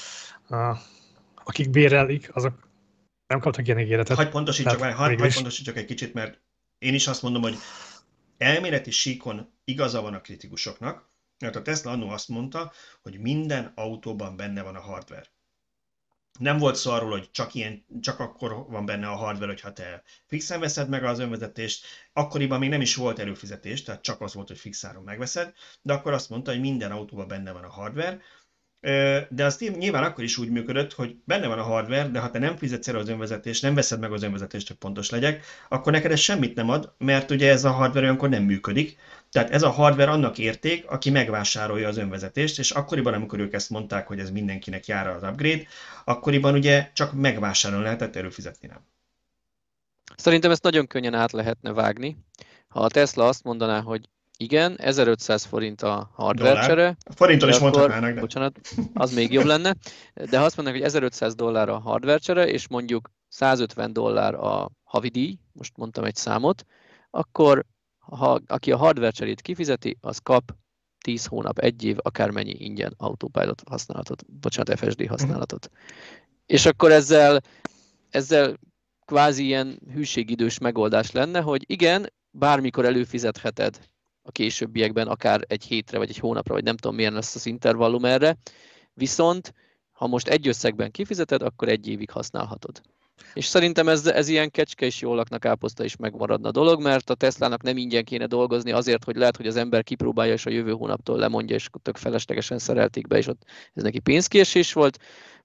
Akik bérelik, azok nem kaptak ilyen ígéretet. Hagy pontosítsak, Tehát hagy végül is- pontosítsak egy kicsit, mert én is azt mondom, hogy elméleti síkon igaza van a kritikusoknak, mert a Tesla annó azt mondta, hogy minden autóban benne van a hardware. Nem volt szó arról, hogy csak akkor van benne a hardware, hogyha te fixen veszed meg az önvezetést. Akkoriban még nem is volt előfizetés, tehát csak az volt, hogy fixáron megveszed, de akkor azt mondta, hogy minden autóban benne van a hardware. De az nyilván akkor is úgy működött, hogy benne van a hardware, de ha te nem fizetsz el az önvezetést, nem veszed meg az önvezetést, hogy pontos legyek, akkor neked ez semmit nem ad, mert ugye ez a hardware olyankor nem működik. Tehát ez a hardware annak érték, aki megvásárolja az önvezetést, és akkoriban, amikor ők ezt mondták, hogy ez mindenkinek jár az upgrade, akkoriban ugye csak megvásárolni lehetett, előfizetni nem. Szerintem ezt nagyon könnyen át lehetne vágni. Ha a Tesla azt mondaná, hogy igen, 1500 forint a hardware Dollár. csere, A forinton de is akkor- mondhatnának, de... bocsánat, az még jobb lenne, de ha azt mondanak, hogy $1,500 a hardware csere, és mondjuk $150 a havidíj, most mondtam egy számot, akkor aki a hardware cserét kifizeti, az kap 10 hónap, 1 év, akármennyi ingyen Autopilot használatot, bocsánat, FSD használatot. És akkor ezzel kvázi ilyen hűségidős megoldás lenne, hogy igen, bármikor előfizetheted a későbbiekben, akár egy hétre, vagy egy hónapra, vagy nem tudom milyen lesz az intervallum erre, viszont ha most egy összegben kifizeted, akkor 1 évig használhatod. És szerintem ez ilyen kecske és jól laknak káposzta is megmaradna dolog, mert a Teslának nem ingyen kéne dolgozni azért, hogy lehet, hogy az ember kipróbálja, és a jövő hónaptól lemondja, és tök feleslegesen szerelték be, és ott ez neki pénzkiesés volt.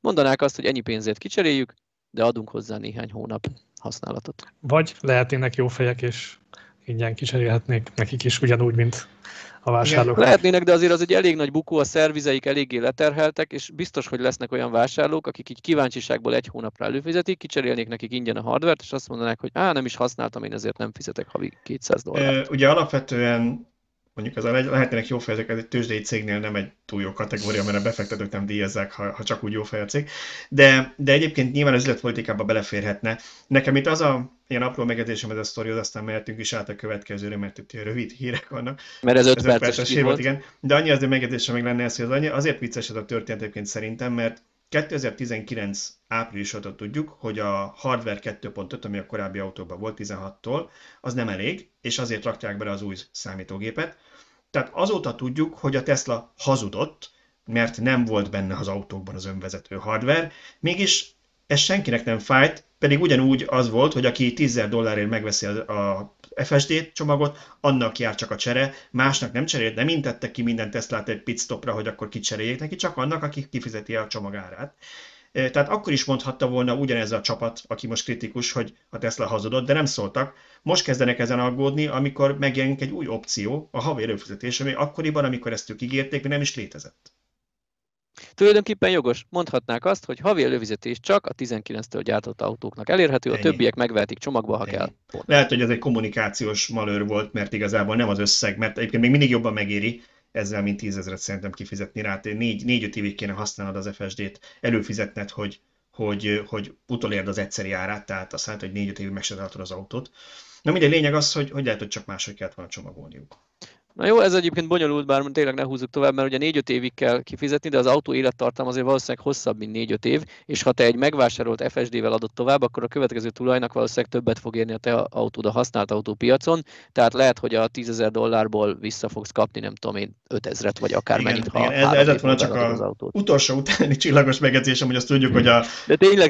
mondanák azt, hogy ennyi pénzért kicseréljük, de adunk hozzá néhány hónap használatot. Vagy lehetnének jó fejek, és ingyen kicserélhetnék nekik is ugyanúgy, mint a vásárlók. Lehetnének, de azért az egy elég nagy bukó, a szervizeik eléggé leterheltek, és biztos, hogy lesznek olyan vásárlók, akik így kíváncsiságból egy hónapra előfizetik, kicserélnék nekik ingyen a hardvert, és azt mondanák, hogy nem is használtam, én ezért nem fizetek havi $200. Ugye alapvetően mondjuk az lehetnének jó fejek, ez egy tőzsdei cégnél nem egy túl jó kategória, mert a befektetők nem díjazzák, ha csak úgy jó fej a cég. De egyébként nyilván az üzletpolitikába beleférhetne. Nekem itt az a ilyen apró megjegyzésem ez a sztorihoz, aztán mehetünk is át a következőre, mert itt ilyen rövid hírek vannak. Mert ez 5 perces hír volt, igen. De annyi azért megjegyzésem meg lenne ez, hogy azért vicces ez a történet egyébként szerintem, mert 2019 április óta tudjuk, hogy a hardware 2.5, ami a korábbi autóban volt 16-tól, az nem elég, és azért rakták bele az új számítógépet. Tehát azóta tudjuk, hogy a Tesla hazudott, mert nem volt benne az autókban az önvezető hardware, mégis ez senkinek nem fájt, pedig ugyanúgy az volt, hogy aki $10,000 megveszi a FSD csomagot, annak jár csak a csere, másnak nem cserélt, nem intettek ki minden Teslát egy pitstopra, hogy akkor kicseréljék neki, csak annak, aki kifizeti a csomag árát. Tehát akkor is mondhatta volna ugyanez a csapat, aki most kritikus, hogy a Tesla hazudott, de nem szóltak. Most kezdenek ezen aggódni, amikor megjelenik egy új opció, a havi előfizetés, ami akkoriban, amikor ezt ők ígérték, még nem is létezett. Tulajdonképpen jogos. Mondhatnák azt, hogy havi előfizetés csak a 19-től gyártott autóknak elérhető, a többiek megvehetik csomagba, ha kell. Pont. Lehet, hogy ez egy kommunikációs malőr volt, mert igazából nem az összeg, mert egyébként még mindig jobban megéri ezzel, mint 10 000 szerintem kifizetni rá. 4-5 évig kéne használnod az FSD-t, előfizetned, hogy utolérd az egyszeri árát, tehát azt jelenti, hogy 4-5 évig megcsinálhatod az autót. Na mindegy, lényeg az, hogy lehet, hogy csak máshogy kellett volna csomagolniuk. Na jó, ez egyébként bonyolult, bár tényleg ne húzzuk tovább, mert ugye 4-5 évig kell kifizetni, de az autó élettartam azért valószínűleg hosszabb, mint 4-5 év, és ha te egy megvásárolt FSD-vel adod tovább, akkor a következő tulajnak valószínűleg többet fog érni a te autód a használt autópiacon, tehát lehet, hogy a $10,000 vissza fogsz kapni, nem tudom én, 5,000 vagy akármennyit, ha ez lett volna csak az utolsó utáni csillagos megjegyzésem, hogy azt tudjuk, hogy de tényleg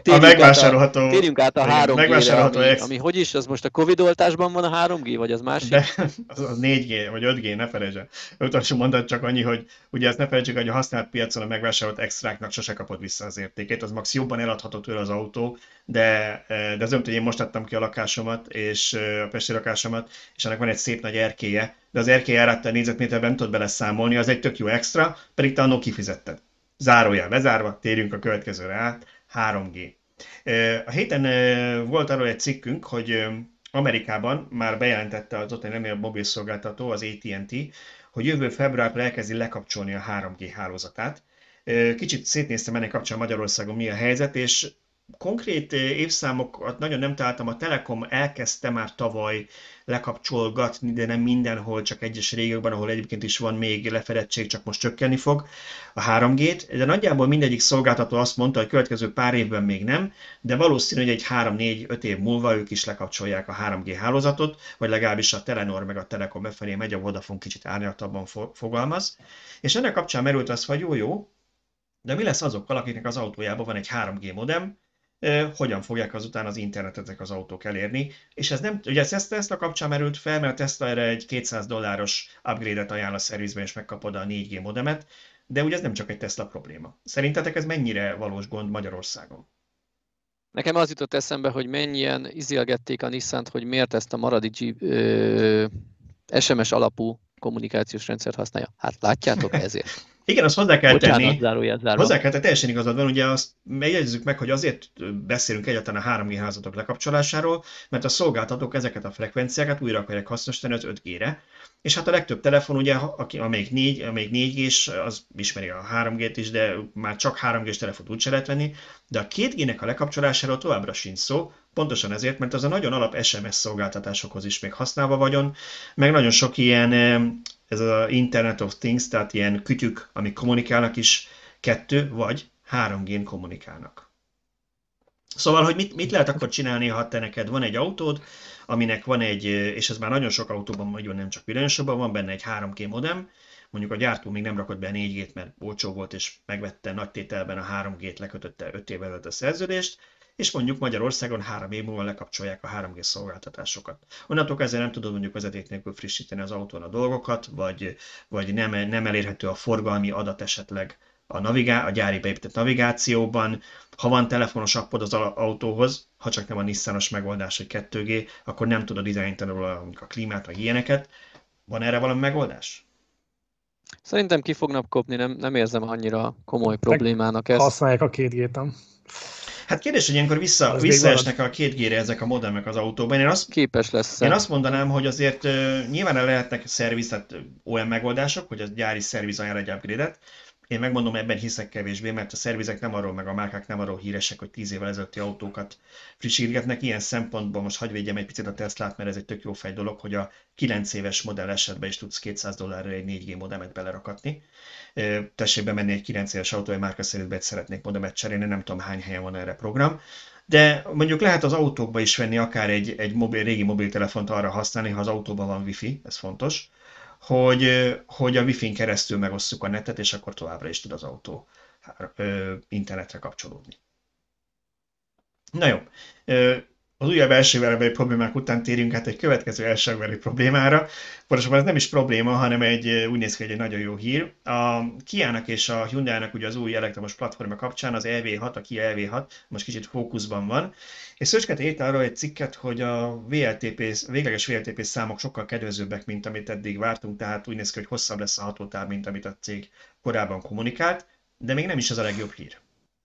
térjünk át a 3G-re, ami hogy is, az most a Covid oltásban van a 3G, vagy az másik? De az 4G, vagy 5G, ne felejtsd el. Utolsó mondat csak annyi, hogy ugye ezt ne felejtsük, hogy a használt piacon a megvásárolt extráknak sose kapod vissza az értékét, az max jobban eladható tőle az autó, de az olyan, hogy én most adtam ki a lakásomat, és a pesti lakásomat, és ennek van egy szép nagy erkélye, de az erkély árát te négyzetméterben nem tudod beleszámolni, az egy tök jó extra, pedig te annól kifizetted. Zárójel bezárva, térjünk a következőre át, 3G. A héten volt arról egy cikkünk, hogy Amerikában már bejelentette az ottani legnagyobb mobilszolgáltató, az AT&T, hogy jövő februárban elkezdi lekapcsolni a 3G hálózatát. Kicsit szétnéztem ennek kapcsán Magyarországon mi a helyzet, és konkrét évszámokat nagyon nem találtam, a Telekom elkezdte már tavaly lekapcsolgatni, de nem mindenhol, csak egyes régiókban, ahol egyébként is van még lefedettség, csak most csökkenni fog a 3G-t, de nagyjából mindegyik szolgáltató azt mondta, hogy következő pár évben még nem, de valószínű, hogy egy 3-4-5 év múlva ők is lekapcsolják a 3G hálózatot, vagy legalábbis a Telenor meg a Telekom befelé megy, a Vodafone kicsit árnyaltabban fogalmaz. És ennek kapcsán merült az, hogy jó, de mi lesz azokkal, akiknek az autójában van egy 3G modem, hogyan fogják azután az internetet ezek az autók elérni. És ez nem, ugye ez Tesla kapcsán merült fel, mert a Tesla erre egy $200 upgrade-et ajánl a szervizben, és megkapod a 4G modemet, de ugye ez nem csak egy Tesla probléma. Szerintetek ez mennyire valós gond Magyarországon? Nekem az jutott eszembe, hogy mennyien izélgették a Nissant, hogy miért ezt a maradi SMS alapú kommunikációs rendszert használja. Hát látjátok, ezért. Igen, azt hozzá kell tenni. Zárójel. Hozzá kell tenni, teljesen igazad van, ugye azt megjegyezzük meg, hogy azért beszélünk egyáltalán a 3G hálózatok lekapcsolásáról, mert a szolgáltatók ezeket a frekvenciákat újra akarják hasznosítani az 5G-re, és hát a legtöbb telefon, ugye, amelyik 4G-s, az ismeri a 3G-t is, de már csak 3G-s telefont úgy se lehet venni, de a 2G-nek a lekapcsolásáról továbbra sincs szó, pontosan ezért, mert az a nagyon alap SMS szolgáltatásokhoz is még használva vagyon, meg nagyon sok ilyen, ez az Internet of Things, tehát ilyen kütyük, amik kommunikálnak is 2 vagy 3G-n kommunikálnak. Szóval, hogy mit lehet akkor csinálni, ha te neked van egy autód, aminek van egy, és ez már nagyon sok autóban, nagyon nem csak villanyosokban, van benne egy 3G modem, mondjuk a gyártó még nem rakott be 4G-t, mert olcsó volt, és megvette nagy tételben a 3G-t, lekötötte 5 évvel ezelőtt a szerződést, és mondjuk Magyarországon 3 év múlva lekapcsolják a 3G szolgáltatásokat. Onnantól ezzel nem tudod mondjuk vezeték nélkül frissíteni az autón a dolgokat, vagy nem elérhető a forgalmi adat esetleg a gyári beépített navigációban, ha van telefonos appod az autóhoz, ha csak nem a Nissanos megoldás, hogy 2G, akkor nem tudod irányítani róla a klímát, vagy ilyeneket. Van erre valami megoldás? Szerintem ki fognak kopni, nem érzem annyira komoly problémának ezt. Használják a 2G-t, nem? Hát kérdés, hogy ilyenkor visszaesnek a 2G-re ezek a modemek az autóban. Képes lesz. Én azt mondanám, hogy azért nyilván lehetnek szervizet olyan megoldások, hogy a gyári szerviz ajánl egy upgrade-et. Én megmondom, ebben hiszek kevésbé, mert a szervizek nem arról, meg a márkák nem arról híresek, hogy 10 évvel ezelőtti autókat frissítgetnek. Ilyen szempontból most hadd védjem egy picit a Teslát, mert ez egy tök jó fej dolog, hogy a 9 éves modell esetben is tudsz $200 egy 4G modemet belerakatni. Tessék bemenni egy 9 éves autó, egy márka szerintben szeretnék modemet cserélni, nem tudom hány helyen van erre program. De mondjuk lehet az autókba is venni akár egy régi mobiltelefont arra használni, ha az autóban van wifi, ez fontos, hogy a Wi-Fi-n keresztül megosszuk a netet, és akkor továbbra is tud az autó internetre kapcsolódni. Na jó, az újabb elsővelebeli problémák után térjünk át egy következő elsővelebeli problémára. Pontosabban ez nem is probléma, hanem úgy néz ki, hogy egy nagyon jó hír. A Kia-nak és a Hyundai-nak ugye az új elektromos platforma kapcsán az EV6, a Kia EV6 most kicsit fókuszban van. És Szöcske írt arról egy cikket, hogy a végleges VLTP számok sokkal kedvezőbbek, mint amit eddig vártunk, tehát úgy néz ki, hogy hosszabb lesz a hatótáv, mint amit a cég korábban kommunikált, de még nem is az a legjobb hír.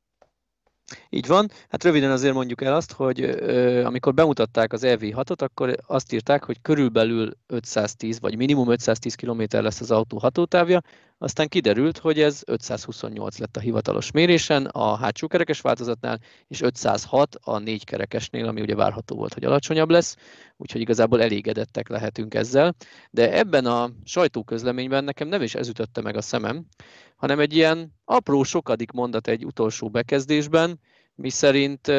Így van. Hát röviden azért mondjuk el azt, hogy amikor bemutatták az EV6-ot, akkor azt írták, hogy körülbelül 510 vagy minimum 510 km lesz az autó hatótávja, aztán kiderült, hogy ez 528 lett a hivatalos mérésen a hátsó kerekes változatnál, és 506 a 4 kerekesnél, ami ugye várható volt, hogy alacsonyabb lesz, úgyhogy igazából elégedettek lehetünk ezzel. De ebben a sajtóközleményben nekem nem is ez ütötte meg a szemem, hanem egy ilyen apró sokadik mondat egy utolsó bekezdésben, miszerint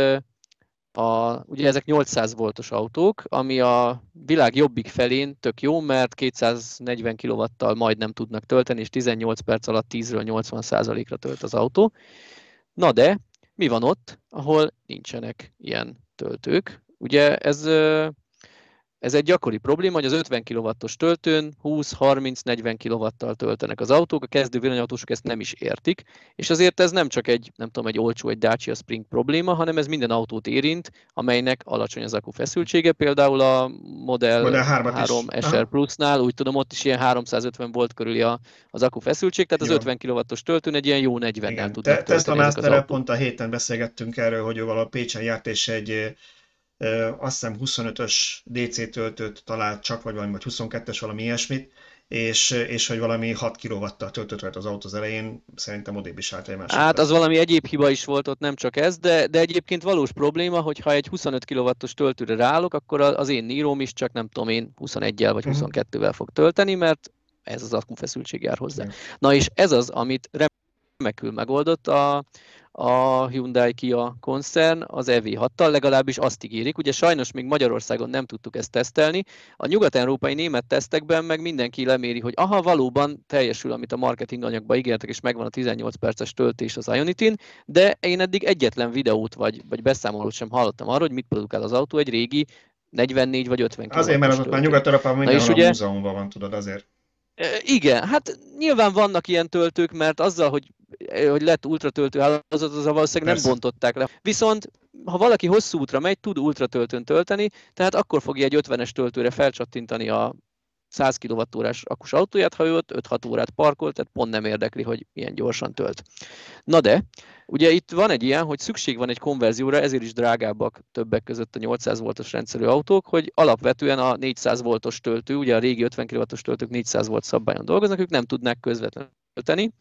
ugye ezek 800 voltos autók, ami a világ jobbik felén tök jó, mert 240 kW-tal majdnem tudnak tölteni, és 18 perc alatt 10-ről 80%-ra tölt az autó. Na de, mi van ott, ahol nincsenek ilyen töltők? Ugye ez egy gyakori probléma, hogy az 50 kW-os töltőn 20-30-40 kW-tal töltenek az autók, a kezdő villanyautósok ezt nem is értik, és azért ez nem csak egy olcsó, egy Dacia Spring probléma, hanem ez minden autót érint, amelynek alacsony az akkufeszültsége, például a Model 3 SR Plus-nál, úgy tudom, ott is ilyen 350 volt körüli az akkufeszültség, tehát az 50 kW-os töltőn egy ilyen jó 40-nel tudnak tölteni Tesla Masterrel pont a héten beszélgettünk erről, hogy ő valahogy Pécsen járt, és egy azt hiszem 25-ös DC töltőt talált csak, vagy 22-es, valami ilyesmit, és hogy valami 6 kW-tal töltött rajta az autó az elején, szerintem odébb is állt egy másik. Hát az valami egyéb hiba is volt ott, nem csak ez, de egyébként valós probléma, hogy ha egy 25 kW-os töltőre ráállok, akkor az én Níróm is csak nem tudom én 21-jel vagy 22-vel fog tölteni, mert ez az akkufeszültség jár hozzá. Na és ez az, amit remekül megoldott a Hyundai Kia koncern az EV6-tal, legalábbis azt ígérik. Ugye sajnos még Magyarországon nem tudtuk ezt tesztelni. A nyugat-európai német tesztekben meg mindenki leméri, hogy aha, valóban teljesül, amit a marketing anyagban ígértek, és megvan a 18 perces töltés az Ionitin, de én eddig egyetlen videót vagy beszámolót sem hallottam arról, hogy mit produkál az autó egy régi 44 vagy 50 kW-os Azért, mert az ott már Nyugat-Európában mindenhol a múzeumban van, tudod, azért. Igen, hát nyilván vannak ilyen töltők, mert azzal, hogy lett ultratöltő hálózat, azzal valószínűleg nem bontották le. Viszont, ha valaki hosszú útra megy, tud ultratöltőn tölteni, tehát akkor fogja egy 50-es töltőre felcsattintani a 100 kWh-s akkus autóját, ha ő ott 5-6 órát parkol, tehát pont nem érdekli, hogy milyen gyorsan tölt. Na de, ugye itt van egy ilyen, hogy szükség van egy konverzióra, ezért is drágábbak többek között a 800 voltos rendszerű autók, hogy alapvetően a 400 voltos töltő, ugye a régi 50 kW-os töltők 400 volt szabályon dolgoznak, ők nem tudnák közvetlenül tölteni,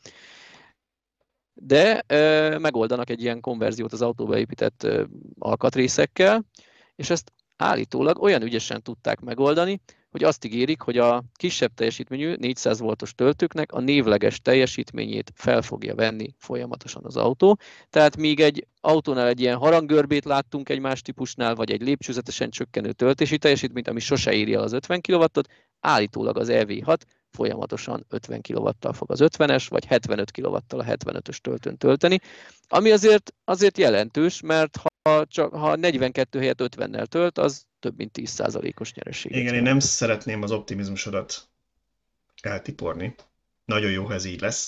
de megoldanak egy ilyen konverziót az autóba épített alkatrészekkel, és ezt állítólag olyan ügyesen tudták megoldani, hogy azt ígérik, hogy a kisebb teljesítményű 400 voltos töltőknek a névleges teljesítményét fel fogja venni folyamatosan az autó. Tehát míg egy autónál egy ilyen harangörbét láttunk egy más típusnál, vagy egy lépcsőzetesen csökkenő töltési teljesítményt, ami sose éri el az 50 kW-ot, állítólag az EV6 folyamatosan 50 kW-tal fog az 50-es, vagy 75 kW-tal a 75-ös töltőn tölteni, ami azért jelentős, mert ha 42 helyett 50-nel tölt, az több mint 10%-os nyereséget. Igen, én nem szeretném az optimizmusodat eltiporni. Nagyon jó, ha ez így lesz.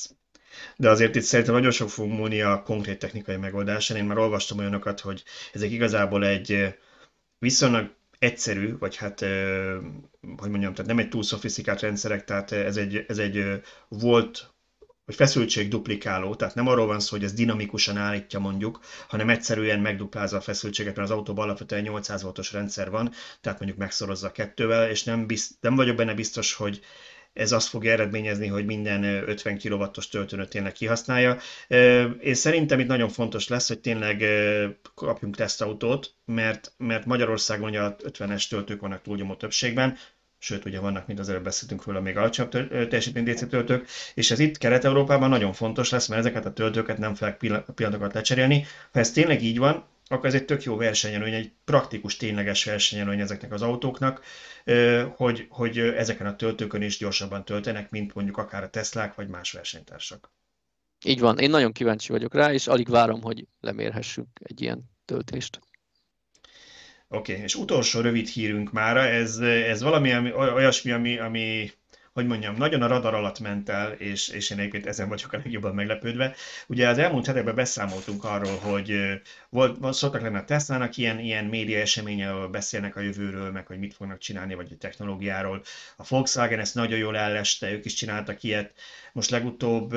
De azért itt szerintem nagyon sok fog múlni a konkrét technikai megoldáson. Én már olvastam olyanokat, hogy ezek igazából egy viszonylag egyszerű, vagy hát, hogy mondjam, tehát nem egy túl szofisztikált rendszerek, tehát ez egy volt, vagy feszültség duplikáló, tehát nem arról van szó, hogy ez dinamikusan állítja mondjuk, hanem egyszerűen megduplázza a feszültséget, mert az autóban alapvetően 800 voltos rendszer van, tehát mondjuk megszorozza a kettővel, és nem vagyok benne biztos, hogy ez azt fogja eredményezni, hogy minden 50 kW-os töltőnöt tényleg kihasználja. Én szerintem itt nagyon fontos lesz, hogy tényleg kapjunk tesztautót, mert Magyarországon ugye a 50-es töltők vannak túlnyomó többségben, sőt, ugye vannak, mint az előbb beszéltünk róla, még alacsonyabb teljesítmény DC töltők, és ez itt Kelet-Európában nagyon fontos lesz, mert ezeket a töltőket nem fogják pillanatokat lecserélni. Ha ez tényleg így van, akkor ez egy tök jó versenyelőny, egy praktikus, tényleges versenyelőny ezeknek az autóknak, hogy ezeken a töltőkön is gyorsabban töltenek, mint mondjuk akár a Teslák vagy más versenytársak. Így van, én nagyon kíváncsi vagyok rá, és alig várom, hogy lemérhessünk egy ilyen töltést. Oké, és utolsó rövid hírünk mára, ez valami olyasmi, ami hogy mondjam, nagyon a radar alatt ment el, és én egyébként ezen vagyok a legjobban meglepődve. Ugye az elmúlt hetekben beszámoltunk arról, hogy szoktak lenni a Teslának ilyen média eseménye, ahol beszélnek a jövőről, meg hogy mit fognak csinálni, vagy a technológiáról. A Volkswagen ezt nagyon jól elleste, ők is csináltak ilyet. Most legutóbb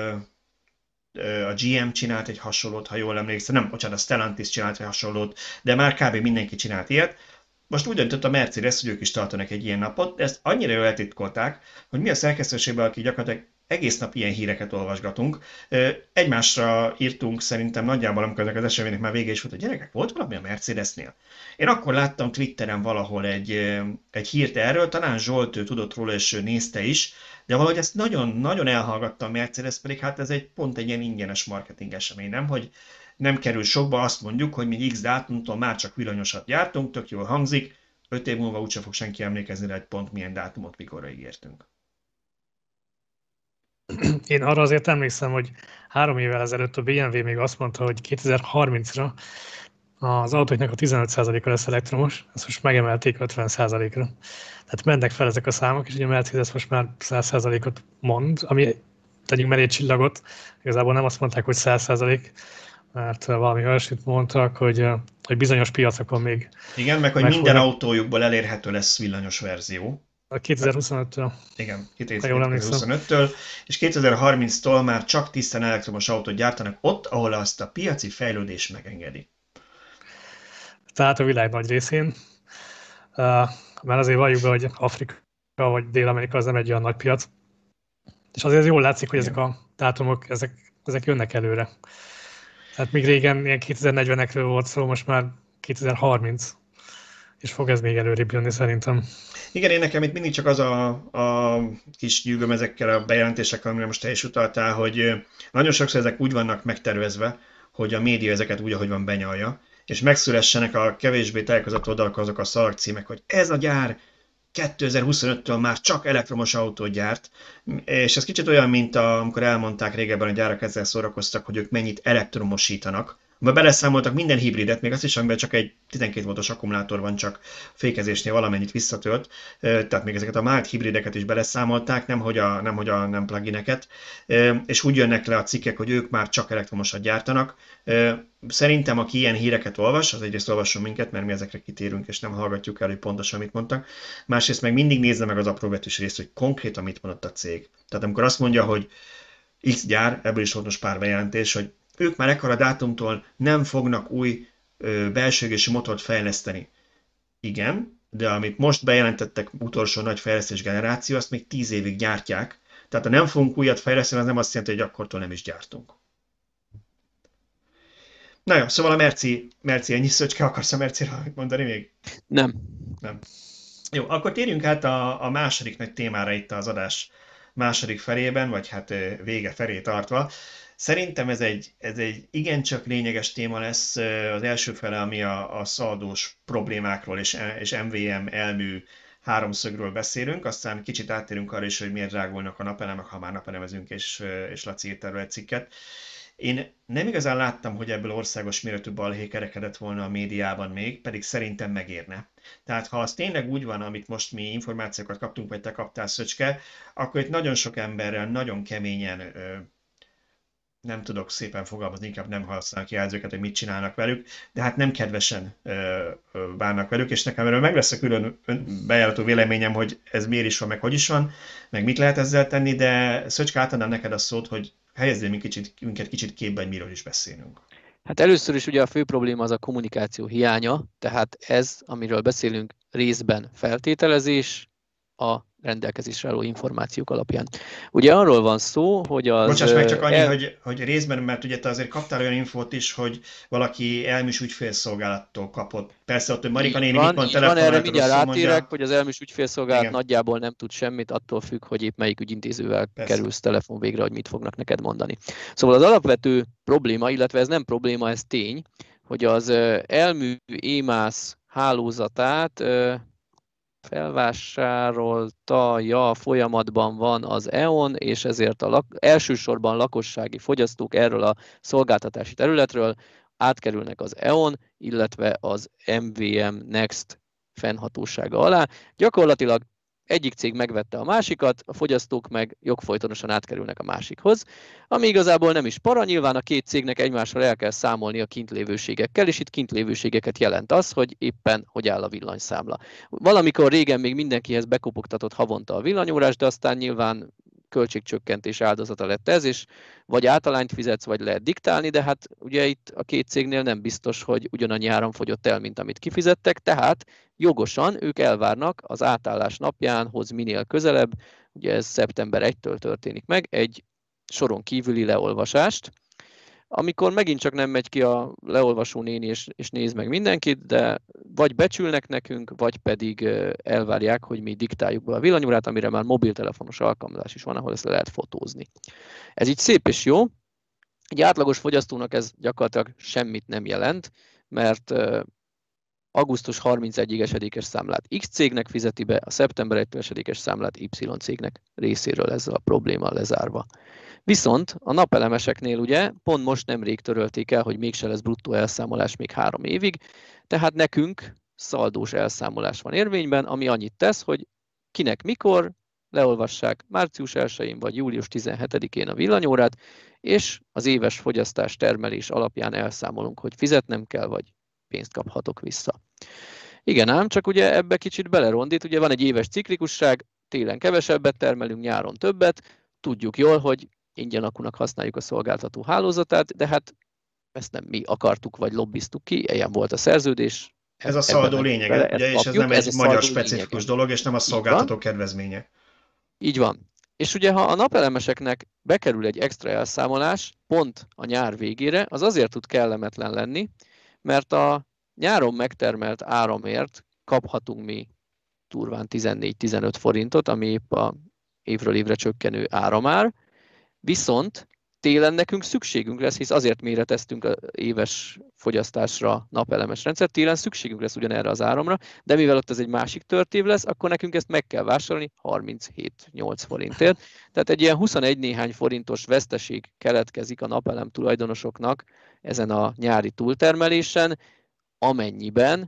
a GM csinált egy hasonlót, ha jól emlékszem, nem, bocsánat, a Stellantis csinált egy hasonlót, de már kb. Mindenki csinált ilyet. Most úgy döntött a Mercedes, hogy ők is tartanak egy ilyen napot, de ezt annyira jól eltitkolták, hogy mi a szerkesztőségben, aki gyakorlatilag egész nap ilyen híreket olvasgatunk. Egymásra írtunk szerintem nagyjából, amikor ezek az események már vége is volt, hogy gyerekek, volt valami a Mercedesnél? Én akkor láttam Twitteren valahol egy hírt erről, talán Zsolt ő tudott róla, és ő nézte is, de valahogy ezt nagyon-nagyon elhallgatta a Mercedes, pedig hát ez pont egy ilyen ingyenes marketing esemény, nem? Hogy nem kerül sokba, azt mondjuk, hogy mi X dátumtól már csak villanyosat gyártunk, tök jól hangzik, 5 év múlva úgyse fog senki emlékezni rá, hogy pont milyen dátumot mikorra ígértünk. Én arra azért emlékszem, hogy 3 évvel ezelőtt a BMW még azt mondta, hogy 2030-ra az autóknak a 15%-a lesz elektromos, ezt most megemelték 50%-ra. Tehát mennek fel ezek a számok, és ugye a Mercedes most már 100%-ot mond, ami tegyünk mellé egy csillagot, igazából nem azt mondták, hogy 100%, mert valami olyasmit mondtak, hogy bizonyos piacokon még. Igen, meg hogy minden autójukból elérhető lesz villanyos verzió. A 2025-től. Igen, 2025-től, és 2030-tól már csak tisztán elektromos autót gyártanak ott, ahol azt a piaci fejlődés megengedi. Tehát a világ nagy részén, mert azért valljuk be, hogy Afrika vagy Dél-Amerika az nem egy olyan nagy piac, és azért jól látszik, hogy ezek a dátumok, ezek jönnek előre. Tehát még régen ilyen 2040-ekről volt szó, most már 2030, és fog ez még előrébb jönni szerintem. Igen, én nekem itt mindig csak az a kis nyűgöm ezekkel a bejelentésekkel, amire most te is utaltál, hogy nagyon sokszor ezek úgy vannak megtervezve, hogy a média ezeket úgy, ahogy van, benyalja, és megszülessenek a kevésbé tájékozott oldalak azok a szalagcímek, hogy ez a gyár 2025-től már csak elektromos autót gyárt, és ez kicsit olyan, mint amikor elmondták régebben, a gyárak ezzel szórakoztak, hogy ők mennyit elektromosítanak, amiben beleszámoltak minden hibridet, még azt is, amiben csak egy 12 voltos akkumulátor van, csak fékezésnél valamennyit visszatölt, tehát még ezeket a mild hibrideket is beleszámolták, nemhogy a nem plugineket, és úgy jönnek le a cikkek, hogy ők már csak elektromosat gyártanak. Szerintem, aki ilyen híreket olvas, az egyrészt olvasson minket, mert mi ezekre kitérünk, és nem hallgatjuk el, hogy pontosan mit mondtak. Másrészt meg mindig nézze meg az apróbetűs részt, hogy konkrétan mit mondott a cég. Tehát amikor azt mondja, hogy X gyár, ebből is volt most pár bejelentés, hogy ők már ekkora dátumtól nem fognak új belső motort fejleszteni. Igen, de amit most bejelentettek, utolsó nagy fejlesztés generáció, azt még 10 évig gyártják. Tehát ha nem fogunk újat fejleszteni, az nem azt jelenti, hogy akkortól nem is gyártunk. Na jó, szóval a Merci ennyi. Szöcske, akarsz a Merciről mondani még? Nem. Jó, akkor térjünk át a második nagy témára itt az adás második felében, vagy hát vége felé tartva. Szerintem ez egy igencsak lényeges téma lesz az első fele, ami a szaldós problémákról és MVM elmű háromszögről beszélünk, aztán kicsit áttérünk arra is, hogy miért drágulnak a napelemek, ha már napelemezünk, és Laci írt erről egy cikket. Én nem igazán láttam, hogy ebből országos méretű balhé kerekedett volna a médiában még, pedig szerintem megérne. Tehát ha az tényleg úgy van, amit most mi információkat kaptunk, vagy te kaptál, Szöcske, akkor itt nagyon sok emberrel nagyon keményen nem tudok szépen fogalmazni, inkább nem használok jelzőket, hogy mit csinálnak velük, de hát nem kedvesen bánnak velük, és nekem erről meg lesz a külön bejárató véleményem, hogy ez miért is van, meg hogy is van, meg mit lehet ezzel tenni, de Szöcske, átadnám neked a szót, hogy helyezzél minket kicsit képbe, hogy miről is beszélünk. Hát először is ugye a fő probléma az a kommunikáció hiánya, tehát ez, amiről beszélünk, részben feltételezés a rendelkezésre álló információk alapján. Ugye arról van szó, hogy az... Bocsáss meg, csak annyi, hogy részben, mert ugye te azért kaptál olyan infót is, hogy valaki elműs ügyfélszolgálattól kapott. Persze ott, hogy Marika néni mit mond telefonon, erre hát mindjárt rosszul átérek, mondja. hogy az elműs ügyfélszolgálat Igen. nagyjából nem tud semmit, attól függ, hogy épp melyik ügyintézővel Persze. kerülsz telefon végre, hogy mit fognak neked mondani. Szóval az alapvető probléma, illetve ez nem probléma, ez tény, hogy az elmű EMAS hálózatát felvásárolta, folyamatban van az EON, és ezért elsősorban lakossági fogyasztók erről a szolgáltatási területről átkerülnek az EON, illetve az MVM Next fennhatósága alá. Gyakorlatilag egyik cég megvette a másikat, a fogyasztók meg jogfolytonosan átkerülnek a másikhoz, ami igazából nem is para, nyilván a két cégnek egymással el kell számolni a kintlévőségekkel, és itt kintlévőségeket jelent az, hogy éppen hogy áll a villanyszámla. Valamikor régen még mindenkihez bekopogtatott havonta a villanyórás, de aztán nyilván költségcsökkentés áldozata lett ez, és vagy általányt fizetsz, vagy lehet diktálni, de hát ugye itt a két cégnél nem biztos, hogy ugyanannyi áram fogyott el, mint amit kifizettek, tehát jogosan ők elvárnak az átállás napjánhoz minél közelebb, ugye ez szeptember 1-től történik meg, egy soron kívüli leolvasást, amikor megint csak nem megy ki a leolvasó néni és néz meg mindenkit, de vagy becsülnek nekünk, vagy pedig elvárják, hogy mi diktáljuk be a villanyórát, amire már mobiltelefonos alkalmazás is van, ahol ezt le lehet fotózni. Ez így szép és jó. Egy átlagos fogyasztónak ez gyakorlatilag semmit nem jelent, mert augusztus 31-ig esedékes számlát X cégnek fizeti be, a szeptember 1-től esedékes számlát Y cégnek részéről ezzel a problémával lezárva. Viszont a napelemeseknél ugye pont most nemrég törölték el, hogy mégse lesz bruttó elszámolás még 3 évig, tehát nekünk szaldós elszámolás van érvényben, ami annyit tesz, hogy kinek mikor leolvassák március 1-én vagy július 17-én a villanyórát, és az éves fogyasztás termelés alapján elszámolunk, hogy fizetnem kell, vagy pénzt kaphatok vissza. Igen ám, csak ugye ebbe kicsit belerondít, ugye van egy éves ciklikusság, télen kevesebbet termelünk, nyáron többet, tudjuk jól, hogy ingyen akunak használjuk a szolgáltató hálózatát, de hát ezt nem mi akartuk, vagy lobbiztuk ki, ilyen volt a szerződés. Ez a szaldó lényege, ugye, és ez nem egy magyar specifikus dolog, és nem a szolgáltató kedvezménye. Így van. És ugye, ha a napelemeseknek bekerül egy extra elszámolás pont a nyár végére, az azért tud kellemetlen lenni, mert a nyáron megtermelt áramért kaphatunk mi durván 14-15 forintot, ami épp a évről évre csökkenő áramár, viszont télen nekünk szükségünk lesz, hisz azért méreteztünk az éves fogyasztásra napelemes rendszer, télen szükségünk lesz ugyanerre az áramra, de mivel ott ez egy másik törtév lesz, akkor nekünk ezt meg kell vásárolni 37-8 forintért. Tehát egy ilyen 21 néhány forintos veszteség keletkezik a napelem tulajdonosoknak ezen a nyári túltermelésen, amennyiben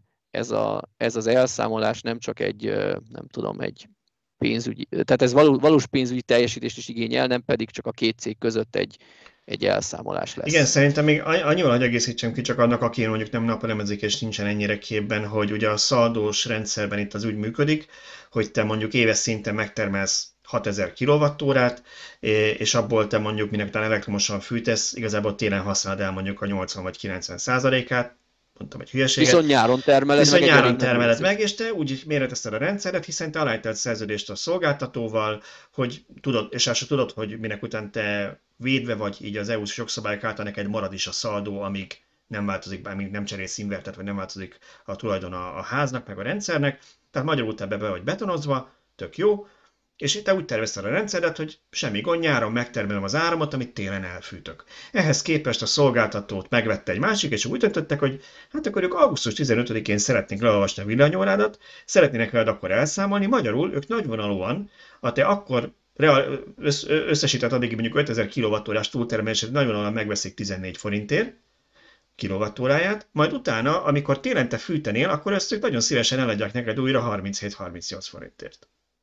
ez az elszámolás nem csak egy, nem tudom, egy pénzügyi, tehát ez valós pénzügyi teljesítést is igényel, nem pedig csak a két cég között egy elszámolás lesz. Igen, szerintem még annyival, hogy egészítsem ki csak annak, aki mondjuk nem napelemezik és nincsen ennyire képben, hogy ugye a szaldós rendszerben itt az úgy működik, hogy te mondjuk éves szinten megtermelsz 6000 kWh-t, és abból te mondjuk minek után elektromosan fűtesz, igazából télen használod el mondjuk a 80 vagy 90%-át, mondtam egy hülyeséget. Viszont nyáron termeled meg, és te úgy méretezted a rendszeret, hiszen te aláírtad szerződést a szolgáltatóval, hogy tudod, és azt tudod, hogy minek után te védve vagy így az EU-s jogszabályok által neked marad is a szaldó, amíg nem változik, amíg nem cserélsz invertet, vagy nem változik a tulajdon a háznak, meg a rendszernek. Tehát magyarul te be vagy betonozva, tök jó, és te úgy tervezted a rendszered, hogy semmi gond, nyáron megtermelem az áramot, amit télen elfűtök. Ehhez képest a szolgáltatót megvette egy másik, és úgy döntöttek, hogy hát akkor ők augusztus 15-én szeretnék leolvasni a villanyórádat, szeretnének veled akkor elszámolni, magyarul ők nagyvonalúan a te akkor összesített addig mondjuk 5000 kWh-ás túltermelését nagyvonalúan megveszik 14 forintért, kilovattóráját, majd utána, amikor télen te fűtenél, akkor ezt ők nagyon szívesen eladják neked újra 37-38 forintért.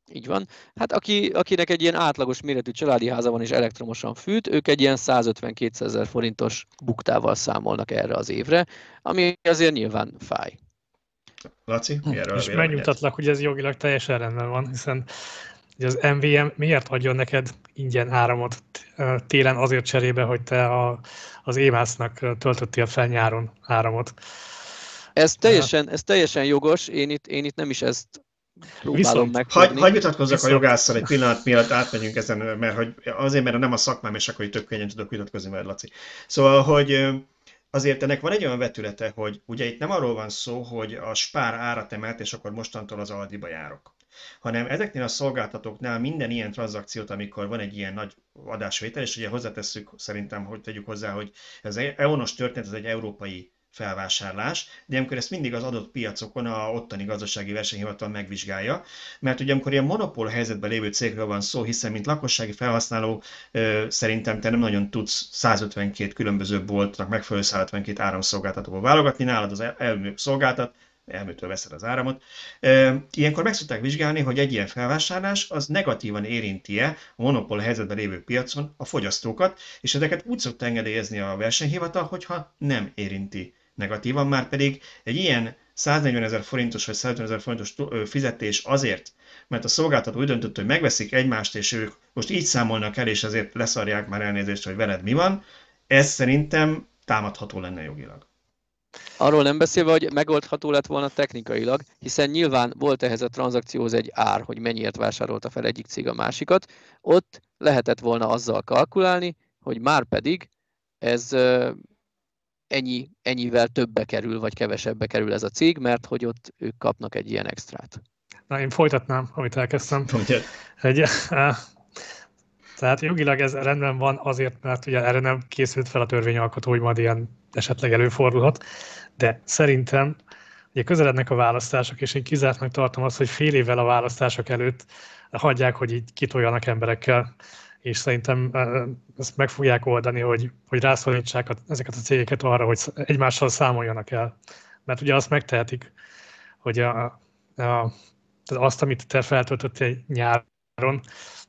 Így van. Hát akinek egy ilyen átlagos méretű családi háza van és elektromosan fűt, ők egy ilyen 150-200 ezer forintos buktával számolnak erre az évre, ami azért nyilván fáj. Laci, mi erről a És véleményed? megnyugtatlak, hogy ez jogilag teljesen rendben van, hiszen ugye az MVM miért adjon neked ingyen áramot télen azért cserébe, hogy te az EMAS-nak töltöttél fel nyáron áramot. Ez teljesen jogos, én itt nem is ezt próbálom Viszont megfogni. Hagy vitatkozzak a Viszont- jogásszal egy pillanat miatt átmegyünk ezen, mert hogy azért, mert nem a szakmám, és akkor itt tök könnyen tudok vitatkozni veled, Laci. Szóval, hogy azért ennek van egy olyan vetülete, hogy ugye itt nem arról van szó, hogy a Spár árat emelt, és akkor mostantól az Aldiba járok. Hanem ezeknél a szolgáltatóknál minden ilyen tranzakciót, amikor van egy ilyen nagy adásvétel, és ugye hozzátesszük, szerintem, hogy tegyük hozzá, hogy ez EON-os történet, ez egy európai felvásárlás, de amikor ezt mindig az adott piacokon a ottani gazdasági versenyhivatal megvizsgálja, mert ugye amikor ilyen monopól helyzetben lévő cégről van szó, hiszen mint lakossági felhasználó szerintem te nem nagyon tudsz 152 különböző boltnak megfelelő 152 áramszolgáltatóból válogatni, nálad az elmű szolgáltat, elműtől veszed az áramot. Ilyenkor meg szokták vizsgálni, hogy egy ilyen felvásárlás az negatívan érinti-e a monopól helyzetben lévő piacon a fogyasztókat, és ezeket úgy szokta engedélyezni a versenyhivatal, hogyha nem érinti negatívan, már pedig egy ilyen 140 ezer forintos vagy 150 ezer forintos fizetés azért, mert a szolgáltató úgy döntött, hogy megveszik egymást, és ők most így számolnak el, és ezért leszarják már elnézést, hogy veled mi van, ez szerintem támadható lenne jogilag. Arról nem beszélve, hogy megoldható lett volna technikailag, hiszen nyilván volt ehhez a tranzakcióhoz egy ár, hogy mennyiért vásárolta fel egyik cég a másikat. Ott lehetett volna azzal kalkulálni, hogy már pedig ez ennyivel többbe kerül, vagy kevesebbe kerül ez a cég, mert hogy ott ők kapnak egy ilyen extrát. Na, én folytatnám, amit elkezdtem. Tehát jogilag ez rendben van azért, mert ugye erre nem készült fel a törvényalkotó, hogy majd ilyen esetleg előfordulhat, de szerintem ugye közelednek a választások, és én kizártnak tartom azt, hogy fél évvel a választások előtt hagyják, hogy így kitoljanak emberekkel, és szerintem ezt meg fogják oldani, hogy rászorítsák ezeket a cégeket arra, hogy egymással számoljanak el. Mert ugye azt megtehetik, hogy azt, amit te feltöltöttél nyáron,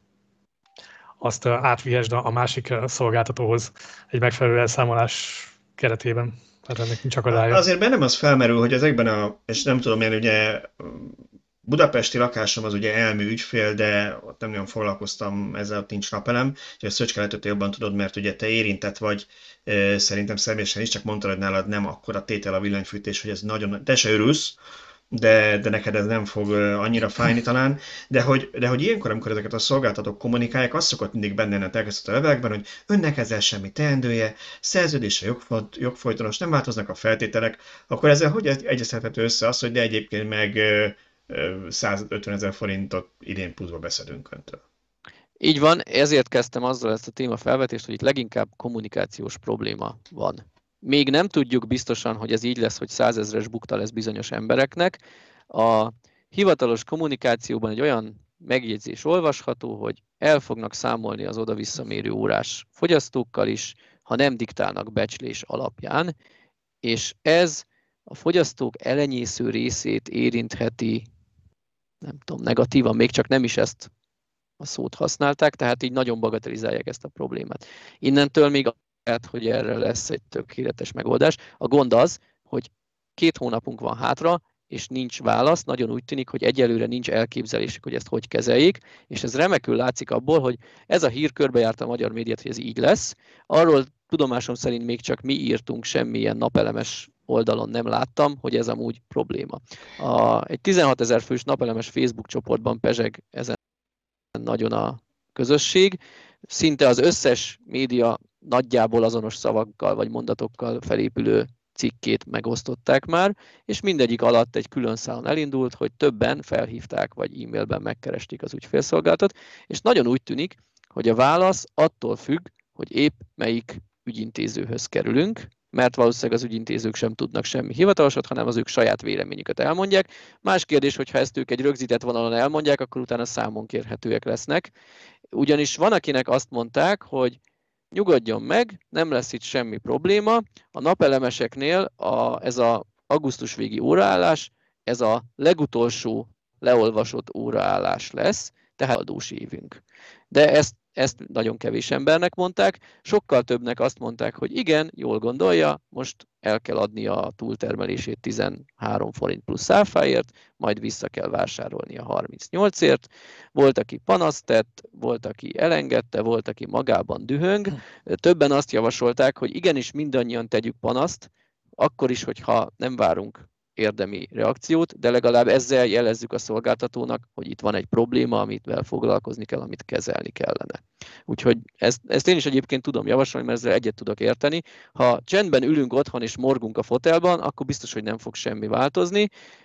azt átvihesd a másik szolgáltatóhoz egy megfelelő elszámolás keretében. Tehát ennek nincs akadálya. Azért bennem az felmerül, hogy ezekben és nem tudom, én ugye budapesti lakásom az ugye elmű ügyfél, de ott nem nagyon foglalkoztam ezzel, ott nincs napelem, úgyhogy a Szöcske lehet, hogy te jobban tudod, mert ugye te érintett vagy, szerintem személyesen is, csak mondtad, hogy nálad nem akkora tétel a villanyfűtés, hogy ez nagyon, te se örülsz, de neked ez nem fog annyira fájni talán, de hogy ilyenkor, amikor ezeket a szolgáltatók kommunikálják, az szokott mindig benne lenni a terjesztett levelekben, hogy önnek ezzel semmi teendője, szerződése jogfolytonos, nem változnak a feltételek, akkor ezzel hogy egyeztethető össze az, hogy de egyébként meg 150 ezer forintot idén pluszba beszedünk öntől? Így van, ezért kezdtem azzal ezt a témafelvetést, hogy itt leginkább kommunikációs probléma van. Még nem tudjuk biztosan, hogy ez így lesz, hogy 100 000-es bukta lesz bizonyos embereknek. A hivatalos kommunikációban egy olyan megjegyzés olvasható, hogy el fognak számolni az oda-vissza mérő órás fogyasztókkal is, ha nem diktálnak becslés alapján, és ez a fogyasztók elenyésző részét érintheti, nem tudom, negatívan, még csak nem is ezt a szót használták, tehát így nagyon bagatelizálják ezt a problémát. Innentől még lehet, hogy erre lesz egy tökéletes megoldás. A gond az, hogy 2 hónapunk van hátra, és nincs válasz, nagyon úgy tűnik, hogy egyelőre nincs elképzelésük, hogy ezt hogy kezeljék, és ez remekül látszik abból, hogy ez a hír körbejárta a magyar médiát, hogy ez így lesz. Arról tudomásom szerint még csak mi írtunk, semmilyen napelemes oldalon nem láttam, hogy ez amúgy probléma. Egy 16 000 fős napelemes Facebook csoportban pezseg ezen nagyon a közösség. Szinte az összes média nagyjából azonos szavakkal vagy mondatokkal felépülő cikkét megosztották már, és mindegyik alatt egy külön szálon elindult, hogy többen felhívták vagy e-mailben megkeresték az ügyfélszolgáltat, és nagyon úgy tűnik, hogy a válasz attól függ, hogy épp melyik ügyintézőhöz kerülünk, mert valószínűleg az ügyintézők sem tudnak semmi hivatalosat, hanem az ők saját véleményüket elmondják. Más kérdés, hogy ha ezt ők egy rögzített vonalon elmondják, akkor utána számon kérhetőek lesznek. Ugyanis van, akinek azt mondták, hogy nyugodjon meg, nem lesz itt semmi probléma. A napelemeseknél ez az augusztus végi óraállás, ez a legutolsó leolvasott óraállás lesz, tehát adós évünk. De ezt nagyon kevés embernek mondták, sokkal többnek azt mondták, hogy igen, jól gondolja, most el kell adnia a túltermelését 13 forint plusz áfáért, majd vissza kell vásárolni a 38-ért. Volt, aki panaszt tett, volt, aki elengedte, volt, aki magában dühöng. Többen azt javasolták, hogy igenis mindannyian tegyük panaszt, akkor is, hogyha nem várunk érdemi reakciót, de legalább ezzel jelezzük a szolgáltatónak, hogy itt van egy probléma, amivel foglalkozni kell, amit kezelni kellene. Úgyhogy ezt én is egyébként tudom javasolni, mert ezzel egyet tudok érteni. Ha csendben ülünk otthon és morgunk a fotelban, akkor biztos, hogy nem fog semmi változni.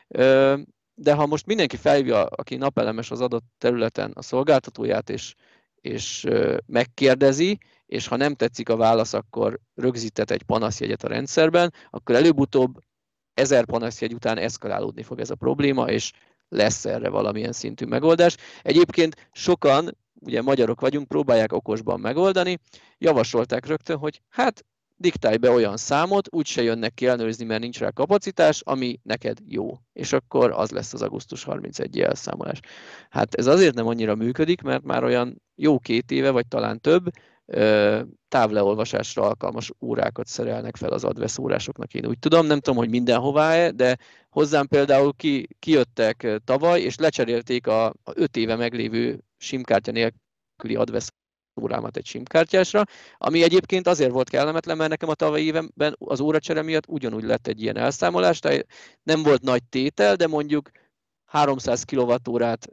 De ha most mindenki felhívja, aki napelemes az adott területen a szolgáltatóját, és megkérdezi, és ha nem tetszik a válasz, akkor rögzített egy panaszjegyet a rendszerben, akkor előbb-utóbb 1000 panaszjegy után eszkalálódni fog ez a probléma, és lesz erre valamilyen szintű megoldás. Egyébként sokan, ugye magyarok vagyunk, próbálják okosban megoldani, javasolták rögtön, hogy hát diktálj be olyan számot, úgyse jönnek ki ellenőrizni, mert nincs rá kapacitás, ami neked jó. És akkor az lesz az augusztus 31-i elszámolás. Hát ez azért nem annyira működik, mert már olyan jó 2 éve, vagy talán több, távleolvasásra alkalmas órákat szerelnek fel az adveszórásoknak, én úgy tudom. Nem tudom, hogy mindenhová, de hozzám például kijöttek tavaly, és lecserélték a 5 éve meglévő SIM-kártya nélküli adveszórámat egy SIM-kártyásra, ami egyébként azért volt kellemetlen, mert nekem a tavalyi évben az óracsere miatt ugyanúgy lett egy ilyen elszámolás, tehát nem volt nagy tétel, de mondjuk 300 kWh-órát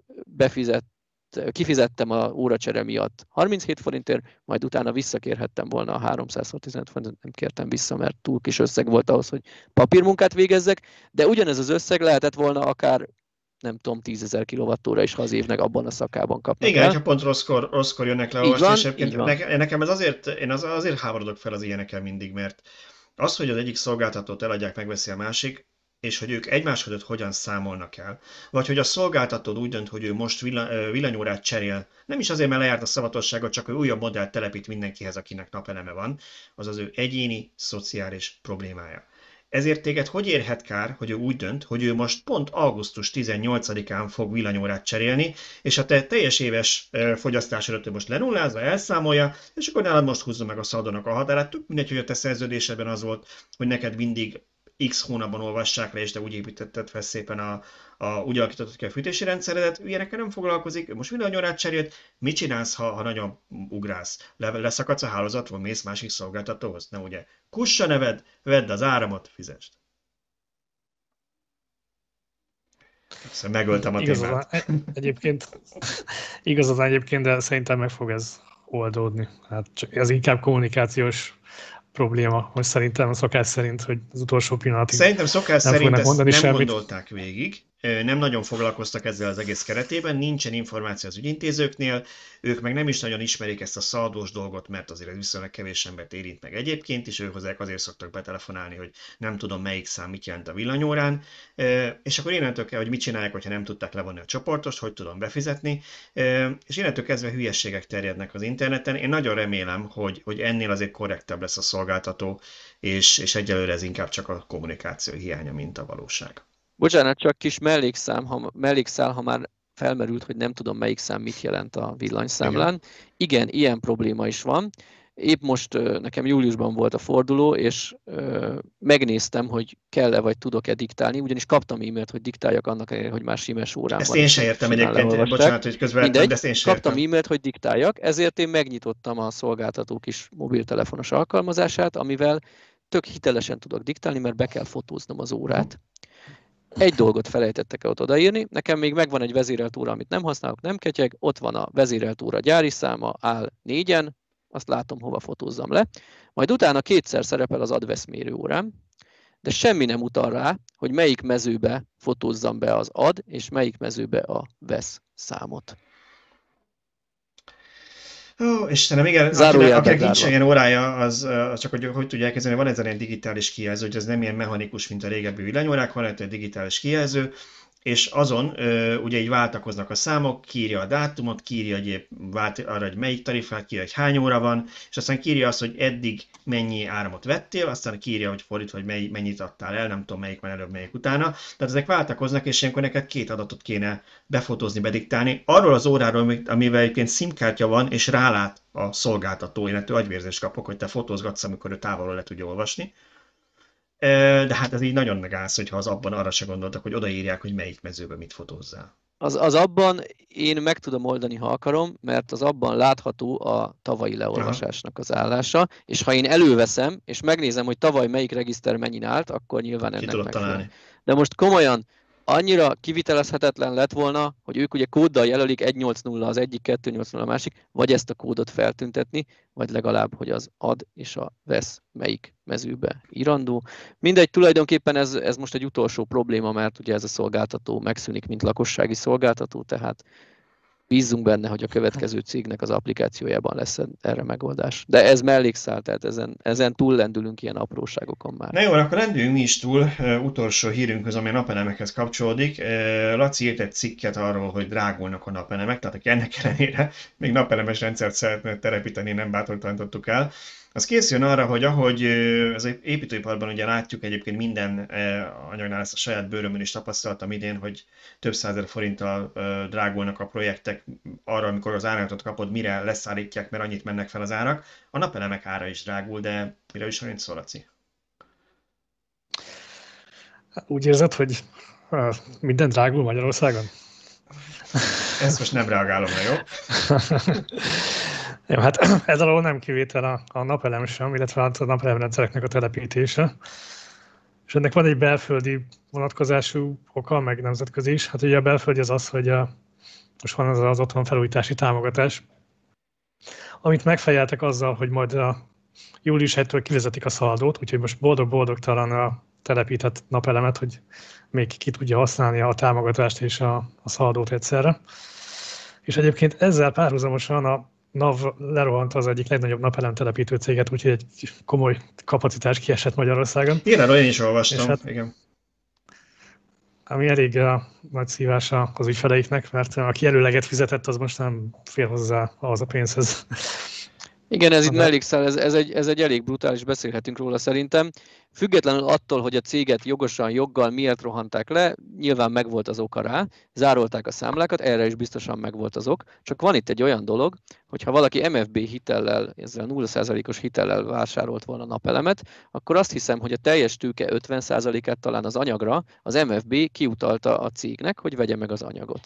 kifizettem a óracsere miatt 37 forintért, majd utána visszakérhettem volna a 315 forintot, nem kértem vissza, mert túl kis összeg volt ahhoz, hogy papírmunkát végezzek, de ugyanez az összeg lehetett volna akár, nem tudom, 10 000 kWh is, ha az évnek abban a szakában kapnak Igen, el. ha pont rosszkor jönnek le olvasni, és nekem ez azért, én azért háborodok fel az ilyenekkel mindig, mert az, hogy az egyik szolgáltatót eladják, megveszi a másik, és hogy ők egymás között hogyan számolnak el, vagy hogy a szolgáltató úgy dönt, hogy ő most villanyórát cserél, nem is azért, mert lejárt a szavatossága, csak ő újabb modellt telepít mindenkihez, akinek napeleme van, az az ő egyéni, szociális problémája. Ezért téged hogy érhet kár, hogy ő úgy dönt, hogy ő most pont augusztus 18-án fog villanyórát cserélni, és a te teljes éves fogyasztásodat most lenullázva elszámolja, és akkor nálad most húzza meg a szaldónak a határát. Tök mindegy, hogy a te szerződésedben az volt, hogy neked mindig X hónapban olvassák le, és te úgy építetted fel szépen úgy alakítottad ki a fűtési rendszeredet, ilyenekkel nem foglalkozik, most villanyórát cserélt, mit csinálsz, ha nagyon ugrálsz? Leszakadsz a hálózatról, mész másik szolgáltatóhoz? Nem ugye? Kussa neved, vedd az áramot, fizesd. Aztán megöltem a témát. Igazad egyébként, de szerintem meg fog ez oldódni. Hát csak ez inkább kommunikációs probléma, hogy szerintem a szokás szerint, hogy az utolsó pillanatig szerintem szokás szerint ezt nem semmit. Gondolták végig, nem nagyon foglalkoztak ezzel az egész keretében, nincsen információ az ügyintézőknél, ők meg nem is nagyon ismerik ezt a szaldós dolgot, mert azért ez viszonylag kevés embert érint meg egyébként, és ők hozzá azért szoktak betelefonálni, hogy nem tudom melyik szám mit jelent a villanyórán, és akkor innentől kell, hogy mit csinálják, hogyha nem tudták levonni a csoportost, hogy tudom befizetni, és innentől kezdve hülyességek terjednek az interneten. Én nagyon remélem, hogy ennél azért korrektebb lesz a szolgáltató, és egyelőre ez inkább csak a kommunikáció hiánya, mint a valóság. Bocsánat, csak kis mellékszál, ha már felmerült, hogy nem tudom melyik szám mit jelent a villanyszámlán. Igen, ilyen probléma is van. Épp most nekem júliusban volt a forduló, és megnéztem, hogy kell-e vagy tudok-e diktálni, ugyanis kaptam e-mailt, hogy diktáljak annak ellenére, hogy már simes órám ezt van. Ezt én sem értem egyébként, bocsánat, hogy közvetlenül, de ezt én sem kaptam e-mailt, hogy diktáljak, ezért én megnyitottam a szolgáltató kis mobiltelefonos alkalmazását, amivel tök hitelesen tudok diktálni, mert be kell fotóznom az órát. Egy dolgot felejtettek ott odaírni, nekem még megvan egy vezérelt óra, amit nem használok, nem ketyeg, ott van a vezérelt óra gyári száma, áll 4-en, azt látom, hova fotózzam le. Majd utána 2-szer szerepel az adveszmérő órám, de semmi nem utal rá, hogy melyik mezőbe fotózzam be az ad, és melyik mezőbe a vesz számot. Ó, Istenem, igen, akinek nincs ilyen órája, az csak hogy tudja elkezdeni, van ez egy digitális kijelző, hogy ez nem ilyen mechanikus, mint a régebbi villanyórák, van egy digitális kijelző, és azon ugye így váltakoznak a számok, kiírja a dátumot, kiírja, hogy arra, hogy melyik tarifát, kiírja, hogy hány óra van, és aztán kiírja azt, hogy eddig mennyi áramot vettél, aztán kiírja, hogy fordítva, hogy mennyit adtál el, nem tudom melyik van előbb, melyik utána. Tehát ezek váltakoznak, és ilyenkor neked 2 adatot kéne befotózni, bediktálni. Arról az óráról, amivel egyébként SIM-kártya van, és rálát a szolgáltató, én ettől agyvérzést kapok, hogy te fotózgatsz, amikor ő távolról le tudja olvasni. De hát ez így nagyon megállsz, hogyha az abban arra se gondoltak, hogy odaírják, hogy melyik mezőben mit fotózzál. Az abban én meg tudom oldani, ha akarom, mert az abban látható a tavalyi leolvasásnak az állása, és ha én előveszem, és megnézem, hogy tavaly melyik regiszter mennyin állt, akkor nyilván ennek megfelel. De most komolyan, annyira kivitelezhetetlen lett volna, hogy ők ugye kóddal jelölik 180 az egyik, 280 a másik, vagy ezt a kódot feltüntetni, vagy legalább, hogy az ad és a vesz melyik mezőbe írandó. Mindegy, tulajdonképpen ez most egy utolsó probléma, mert ugye ez a szolgáltató megszűnik, mint lakossági szolgáltató, tehát bízzunk benne, hogy a következő cégnek az applikációjában lesz erre megoldás. De ez mellékszál, tehát ezen túllendülünk ilyen apróságokon már. Na jó, akkor lendüljünk mi is túl utolsó hírünkhöz, ami a napelemekhez kapcsolódik. Laci írt egy cikket arról, hogy drágulnak a napelemek, tehát aki ennek ellenére még napelemes rendszert szeretne telepíteni, nem bátortalanítottuk el. Az készüljön arra, hogy ahogy az építőiparban ugye látjuk egyébként minden anyagnál, ezt a saját bőrömön is tapasztaltam idén, hogy több százezer forinttal drágulnak a projektek arra, amikor az árajánlatot kapod, mire leszállítják, mert annyit mennek fel az árak. A napelemek ára is drágul, de mire is van itt szó, Laci? Úgy érzed, hogy minden drágul Magyarországon? Ezt most nem reagálom le, jó? Jó, hát ez alól nem kivétel a napelem sem, illetve a napelemrendszereknek a telepítése. És ennek van egy belföldi vonatkozású oka, meg nemzetközi is. Hát ugye a belföldi az, hogy most van az otthon felújítási támogatás, amit megfejeltek azzal, hogy majd a július 1-től kivezetik a szaldót, úgyhogy most boldog-boldogtalan a telepített napelemet, hogy még ki tudja használni a támogatást és a szaldót egyszerre. És egyébként ezzel párhuzamosan a NAV lerohant az egyik legnagyobb napelem telepítő céget, úgyhogy egy komoly kapacitás kiesett Magyarországon. Igen, erről én is olvastam. Hát, igen. Ami elég nagy szívása az ügyfeleiknek, mert aki előleget fizetett, az most nem fér hozzá ahhoz a pénzhez. Igen, ez itt mellékszál, ez egy elég brutális, beszélhetünk róla szerintem. Függetlenül attól, hogy a céget jogosan, joggal miért rohanták le, nyilván megvolt az oka rá, zárolták a számlákat, erre is biztosan megvolt az ok. Csak van itt egy olyan dolog, hogy ha valaki MFB hitellel, ezzel 0%-os hitellel vásárolt volna napelemet, akkor azt hiszem, hogy a teljes tőke 50%-át talán az anyagra az MFB kiutalta a cégnek, hogy vegye meg az anyagot.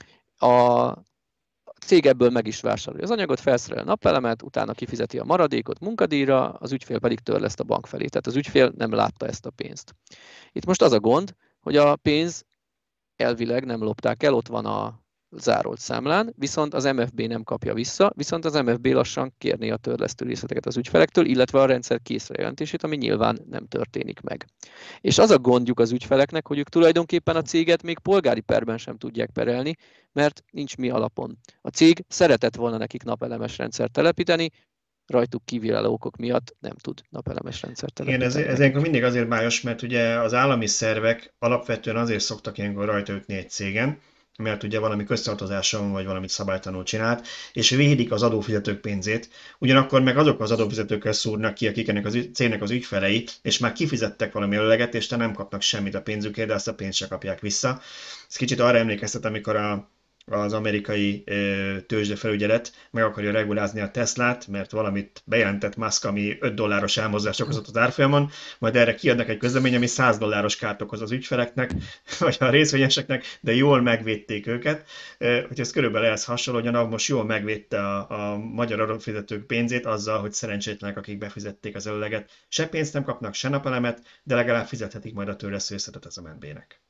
A cég ebből meg is vásárolja az anyagot, felszerel a napelemet, utána kifizeti a maradékot munkadíjra, az ügyfél pedig törleszt a bank felé. Tehát az ügyfél nem látta ezt a pénzt. Itt most az a gond, hogy a pénz elvileg nem lopták el, ott van a zárolt számlán, viszont az MFB nem kapja vissza, viszont az MFB lassan kérné a törlesztő részleteket az ügyfelektől, illetve a rendszer készrejelentését, ami nyilván nem történik meg. És az a gondjuk az ügyfeleknek, hogy ők tulajdonképpen a céget még polgári perben sem tudják perelni, mert nincs mi alapon. A cég szeretett volna nekik napelemes rendszert telepíteni, rajtuk kívülálló okok miatt nem tud napelemes rendszert telepíteni. Igen, ez ilyenkor mindig azért bájos, mert ugye az állami szervek alapvetően azért szoktak ilyenkor rajta ütni egy cégen, mert ugye valami köztartozáson vagy valamit szabálytalanul csinált, és védik az adófizetők pénzét, ugyanakkor meg azok az adófizetőkkel szúrnak ki, akik ennek a cégnek az ügyfelei, és már kifizettek valami előleget, és te nem kapnak semmit a pénzükért, de azt a pénzt se kapják vissza. Ez kicsit arra emlékeztet, amikor az amerikai tőzsdefelügyelet meg akarja regulázni a Teslát, mert valamit bejelentett Musk, ami $5 elmozdást okozott az árfolyamon, majd erre kiadnak egy közlemény, ami $100 kárt okoz az ügyfeleknek, vagy a részvényeseknek, de jól megvédték őket. Hogy ez körülbelül ehhez hasonló, hogy a NAV most jól megvédte a magyar adófizetők pénzét azzal, hogy szerencsétlenek, akik befizették az előleget, se pénzt nem kapnak, se napelemet, de legalább fizethetik majd a törlesztőszetet az MNB-nek.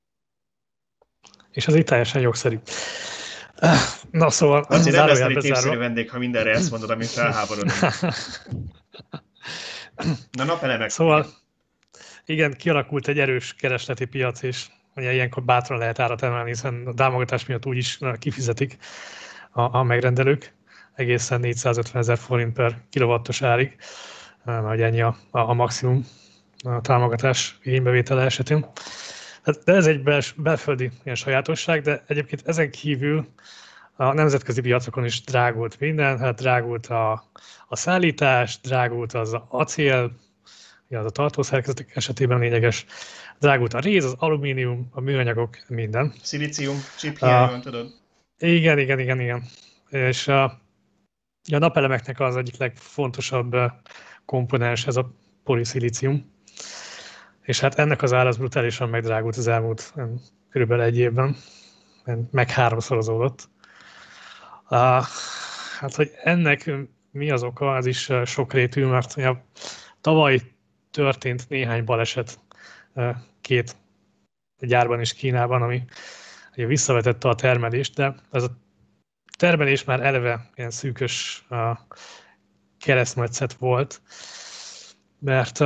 És ez így teljesen jogszerű. Na szóval... Azért nem lesz egy népszerű vendég, ha mindenre ezt mondod, amit felháborodik. Na, napelemek. Szóval, igen, kialakult egy erős keresleti piac, és ugye ilyenkor bátran lehet árat emelni, hiszen a támogatás miatt úgyis kifizetik a megrendelők egészen 450 000 forint per kilowattos árig, hogy ennyi a maximum a támogatás igénybevétele esetén. De ez egy belföldi ilyen sajátosság, de egyébként ezen kívül a nemzetközi piacokon is drágult minden, hát drágult a szállítás, drágult az acél, az a tartószerkezetek esetében lényeges, drágult a réz, az alumínium, a műanyagok, minden. Szilícium, chip hiány van, tudod? Igen. És a napelemeknek az egyik legfontosabb komponens ez a poliszilícium. És hát ennek az ára az brutálisan megdrágult az elmúlt körülbelül egy évben, meg háromszorozódott. Hát, hogy ennek mi az oka, az is sokrétű, mert tavaly történt néhány baleset két gyárban és Kínában, ami visszavetette a termelést, de ez a termelés már eleve ilyen szűkös keresztmetszet volt, mert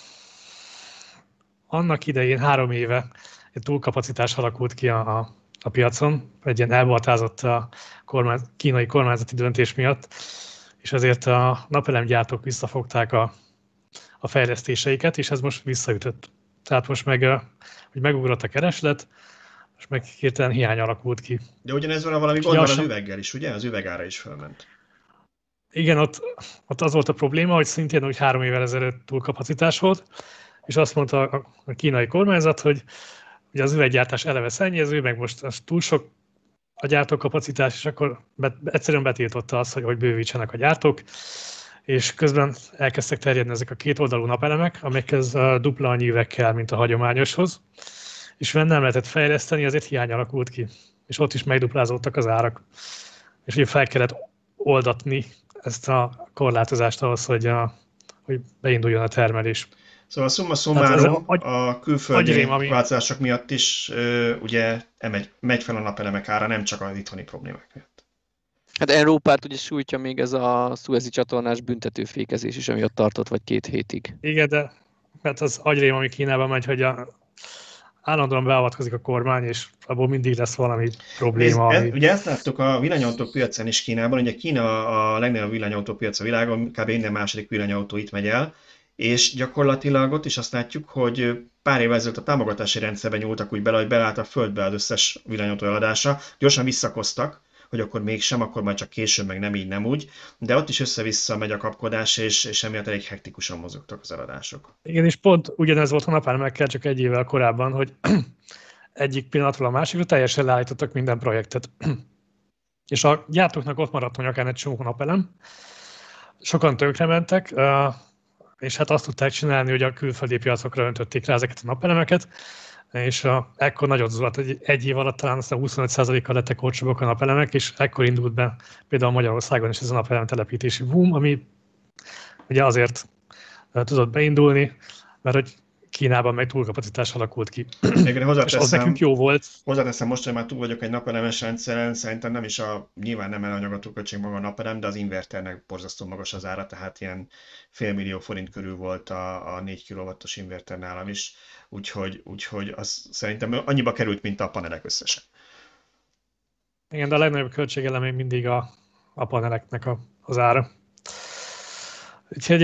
annak idején 3 éve egy túlkapacitás alakult ki a piacon, egy ilyen elbaltázott a kínai kormányzati döntés miatt, és ezért a napelemgyártók visszafogták a fejlesztéseiket, és ez most visszaütött. Tehát most hogy megugrott a kereslet, és meg hirtelen hiány alakult ki. De ugyanez valami gond van az üveggel is, ugye? Az üvegára is fölment. Igen, ott az volt a probléma, hogy szintén úgy 3 évvel ezelőtt túlkapacitás volt, és azt mondta a kínai kormányzat, hogy ugye az üveggyártás eleve szennyező, meg most az túl sok a gyártókapacitás, és akkor egyszerűen betiltotta azt, hogy bővítsenek a gyártók, és közben elkezdtek terjedni ezek a kétoldalú napelemek, amelyekhez dupla annyi üveg kell, mint a hagyományoshoz, és mivel nem lehetett fejleszteni, azért hiány alakult ki, és ott is megduplázódtak az árak. És ugye fel kellett oldatni ezt a korlátozást ahhoz, hogy beinduljon a termelés. Szóval summa summarum, a külföldi változások miatt is ugye megy fel a napelemek ára, nem csak az itthoni problémák miatt. Hát Európát ugye sújtja még ez a Szuezi csatornás büntetőfékezés is, ami ott tartott vagy 2 hétig. Igen, de hát az agyrém, ami Kínában megy, hogy állandóan beavatkozik a kormány, és abból mindig lesz valami probléma. Ugye ezt láttuk a villanyautók piacán is Kínában, ugye Kína a legnagyobb villanyautópiac a világon, kb. Minden második villanyautó itt megy el, és gyakorlatilag ott is azt látjuk, hogy pár évvel ezelőtt a támogatási rendszerben nyúltak úgy bele, hogy belállt a földbe az összes villanyautó eladása, gyorsan visszakoztak, hogy akkor mégsem, akkor majd csak később, meg nem így, nem úgy, de ott is össze-vissza megy a kapkodás, és emiatt elég hektikusan mozogtak az eladások. Igen, és pont ugyanez volt a napelemekkel, csak egy évvel korábban, hogy egyik pillanatról a másikra teljesen leállítottak minden projektet. És a gyártóknak ott maradt akár egy csomó napelem, sokan tönkrementek, és hát azt tudták csinálni, hogy a külföldi piacokra öntötték rá ezeket a napelemeket, és ekkor nagyot zuhadt, hogy egy év alatt talán aztán 25%-kal lettek olcsóbbak a napelemek, és ekkor indult be például Magyarországon is ez a napelem telepítési boom, ami ugye azért tudott beindulni, mert hogy Kínában meg túlkapacitás alakult ki. És az nekünk jó volt. Hozzáteszem, most, hogy már túl vagyok egy napelemes rendszeren, szerintem nem is nyilván nem elanyagató költség maga a napelem, de az inverternek borzasztó magas az ára, tehát ilyen $500 000 körül volt a 4 kW-os inverter nálam is, úgyhogy az szerintem annyiba került, mint a panelek összesen. Igen, de a legnagyobb költségelem még mindig a paneleknek az ára. Úgyhogy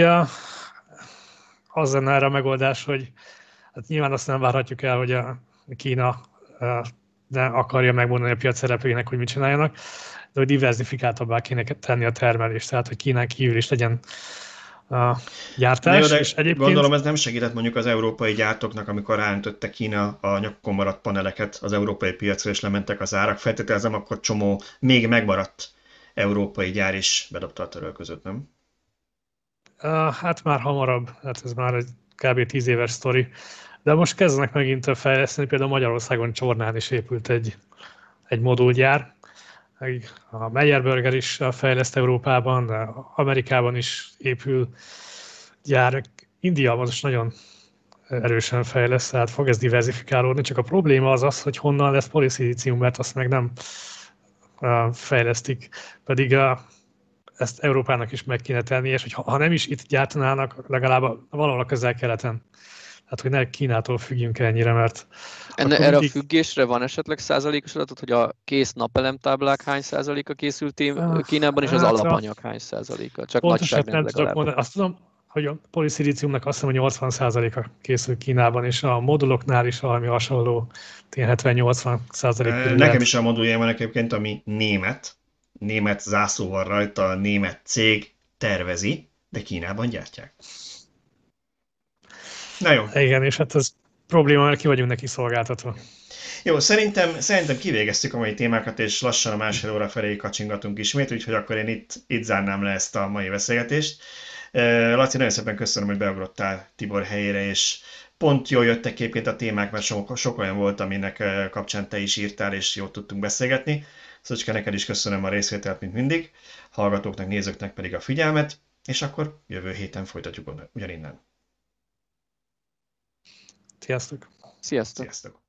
az lenne erre a megoldás, hogy hát nyilván azt nem várhatjuk el, hogy a Kína ne akarja megmondani a piac szereplőinek, hogy mit csináljanak, de hogy diversifikáltabbá kéne tenni a termelést, tehát hogy Kínán kívül is legyen gyártás. Jó, és egyébként... Gondolom ez nem segített mondjuk az európai gyártóknak, amikor ráöntötte Kína a nyakon maradt paneleket az európai piacra, és lementek az árak. Feltételezem, akkor csomó még megmaradt európai gyár is bedobta a törölközőt, nem? Hát már hamarabb, hát ez már egy kb. 10 éves sztori. De most kezdenek megint fejleszteni, például Magyarországon Csornán is épült egy modulgyár. A Meyerburger is fejleszt Európában, de Amerikában is épül gyár. India most nagyon erősen fejleszt, tehát fog ez diversifikálódni, csak a probléma az, hogy honnan lesz poliszilícium, mert azt meg nem fejlesztik, pedig ezt Európának is meg kéne tenni, és hogy ha nem is itt gyártanának, legalább valahol a Közel-Keleten. Tehát, hogy ne Kínától függjünk ennyire, mert... Erre a függésre van esetleg százalékos adatot, hogy a kész napelemtáblák hány százaléka készült Kínában, és az alapanyag hány százaléka? Csak nagyságrend legalább. Azt tudom, hogy a poliszilíciumnak azt hiszem, hogy 80%-a készül Kínában, és a moduloknál is valami hasonló, 70-80% körül Nekem lehet. is a modulja van egyébként, ami német zászlóval rajta, a német cég tervezi, de Kínában gyártják. Na jó. Igen, és hát ez probléma, mert ki vagyunk neki szolgáltatva. Jó, szerintem kivégeztük a mai témákat, és lassan a másfél óra felé kacsingatunk ismét, úgyhogy akkor én itt zárnám le ezt a mai beszélgetést. Laci, nagyon szépen köszönöm, hogy beugrottál Tibor helyére, és pont jól jöttek képként a témák, mert sok olyan volt, aminek kapcsán te is írtál, és jót tudtunk beszélgetni. Szocska, neked is köszönöm a részvételt, mint mindig, hallgatóknak, nézőknek pedig a figyelmet, és akkor jövő héten folytatjuk ugyaninnen. Sziasztok! Sziasztok! Sziasztok!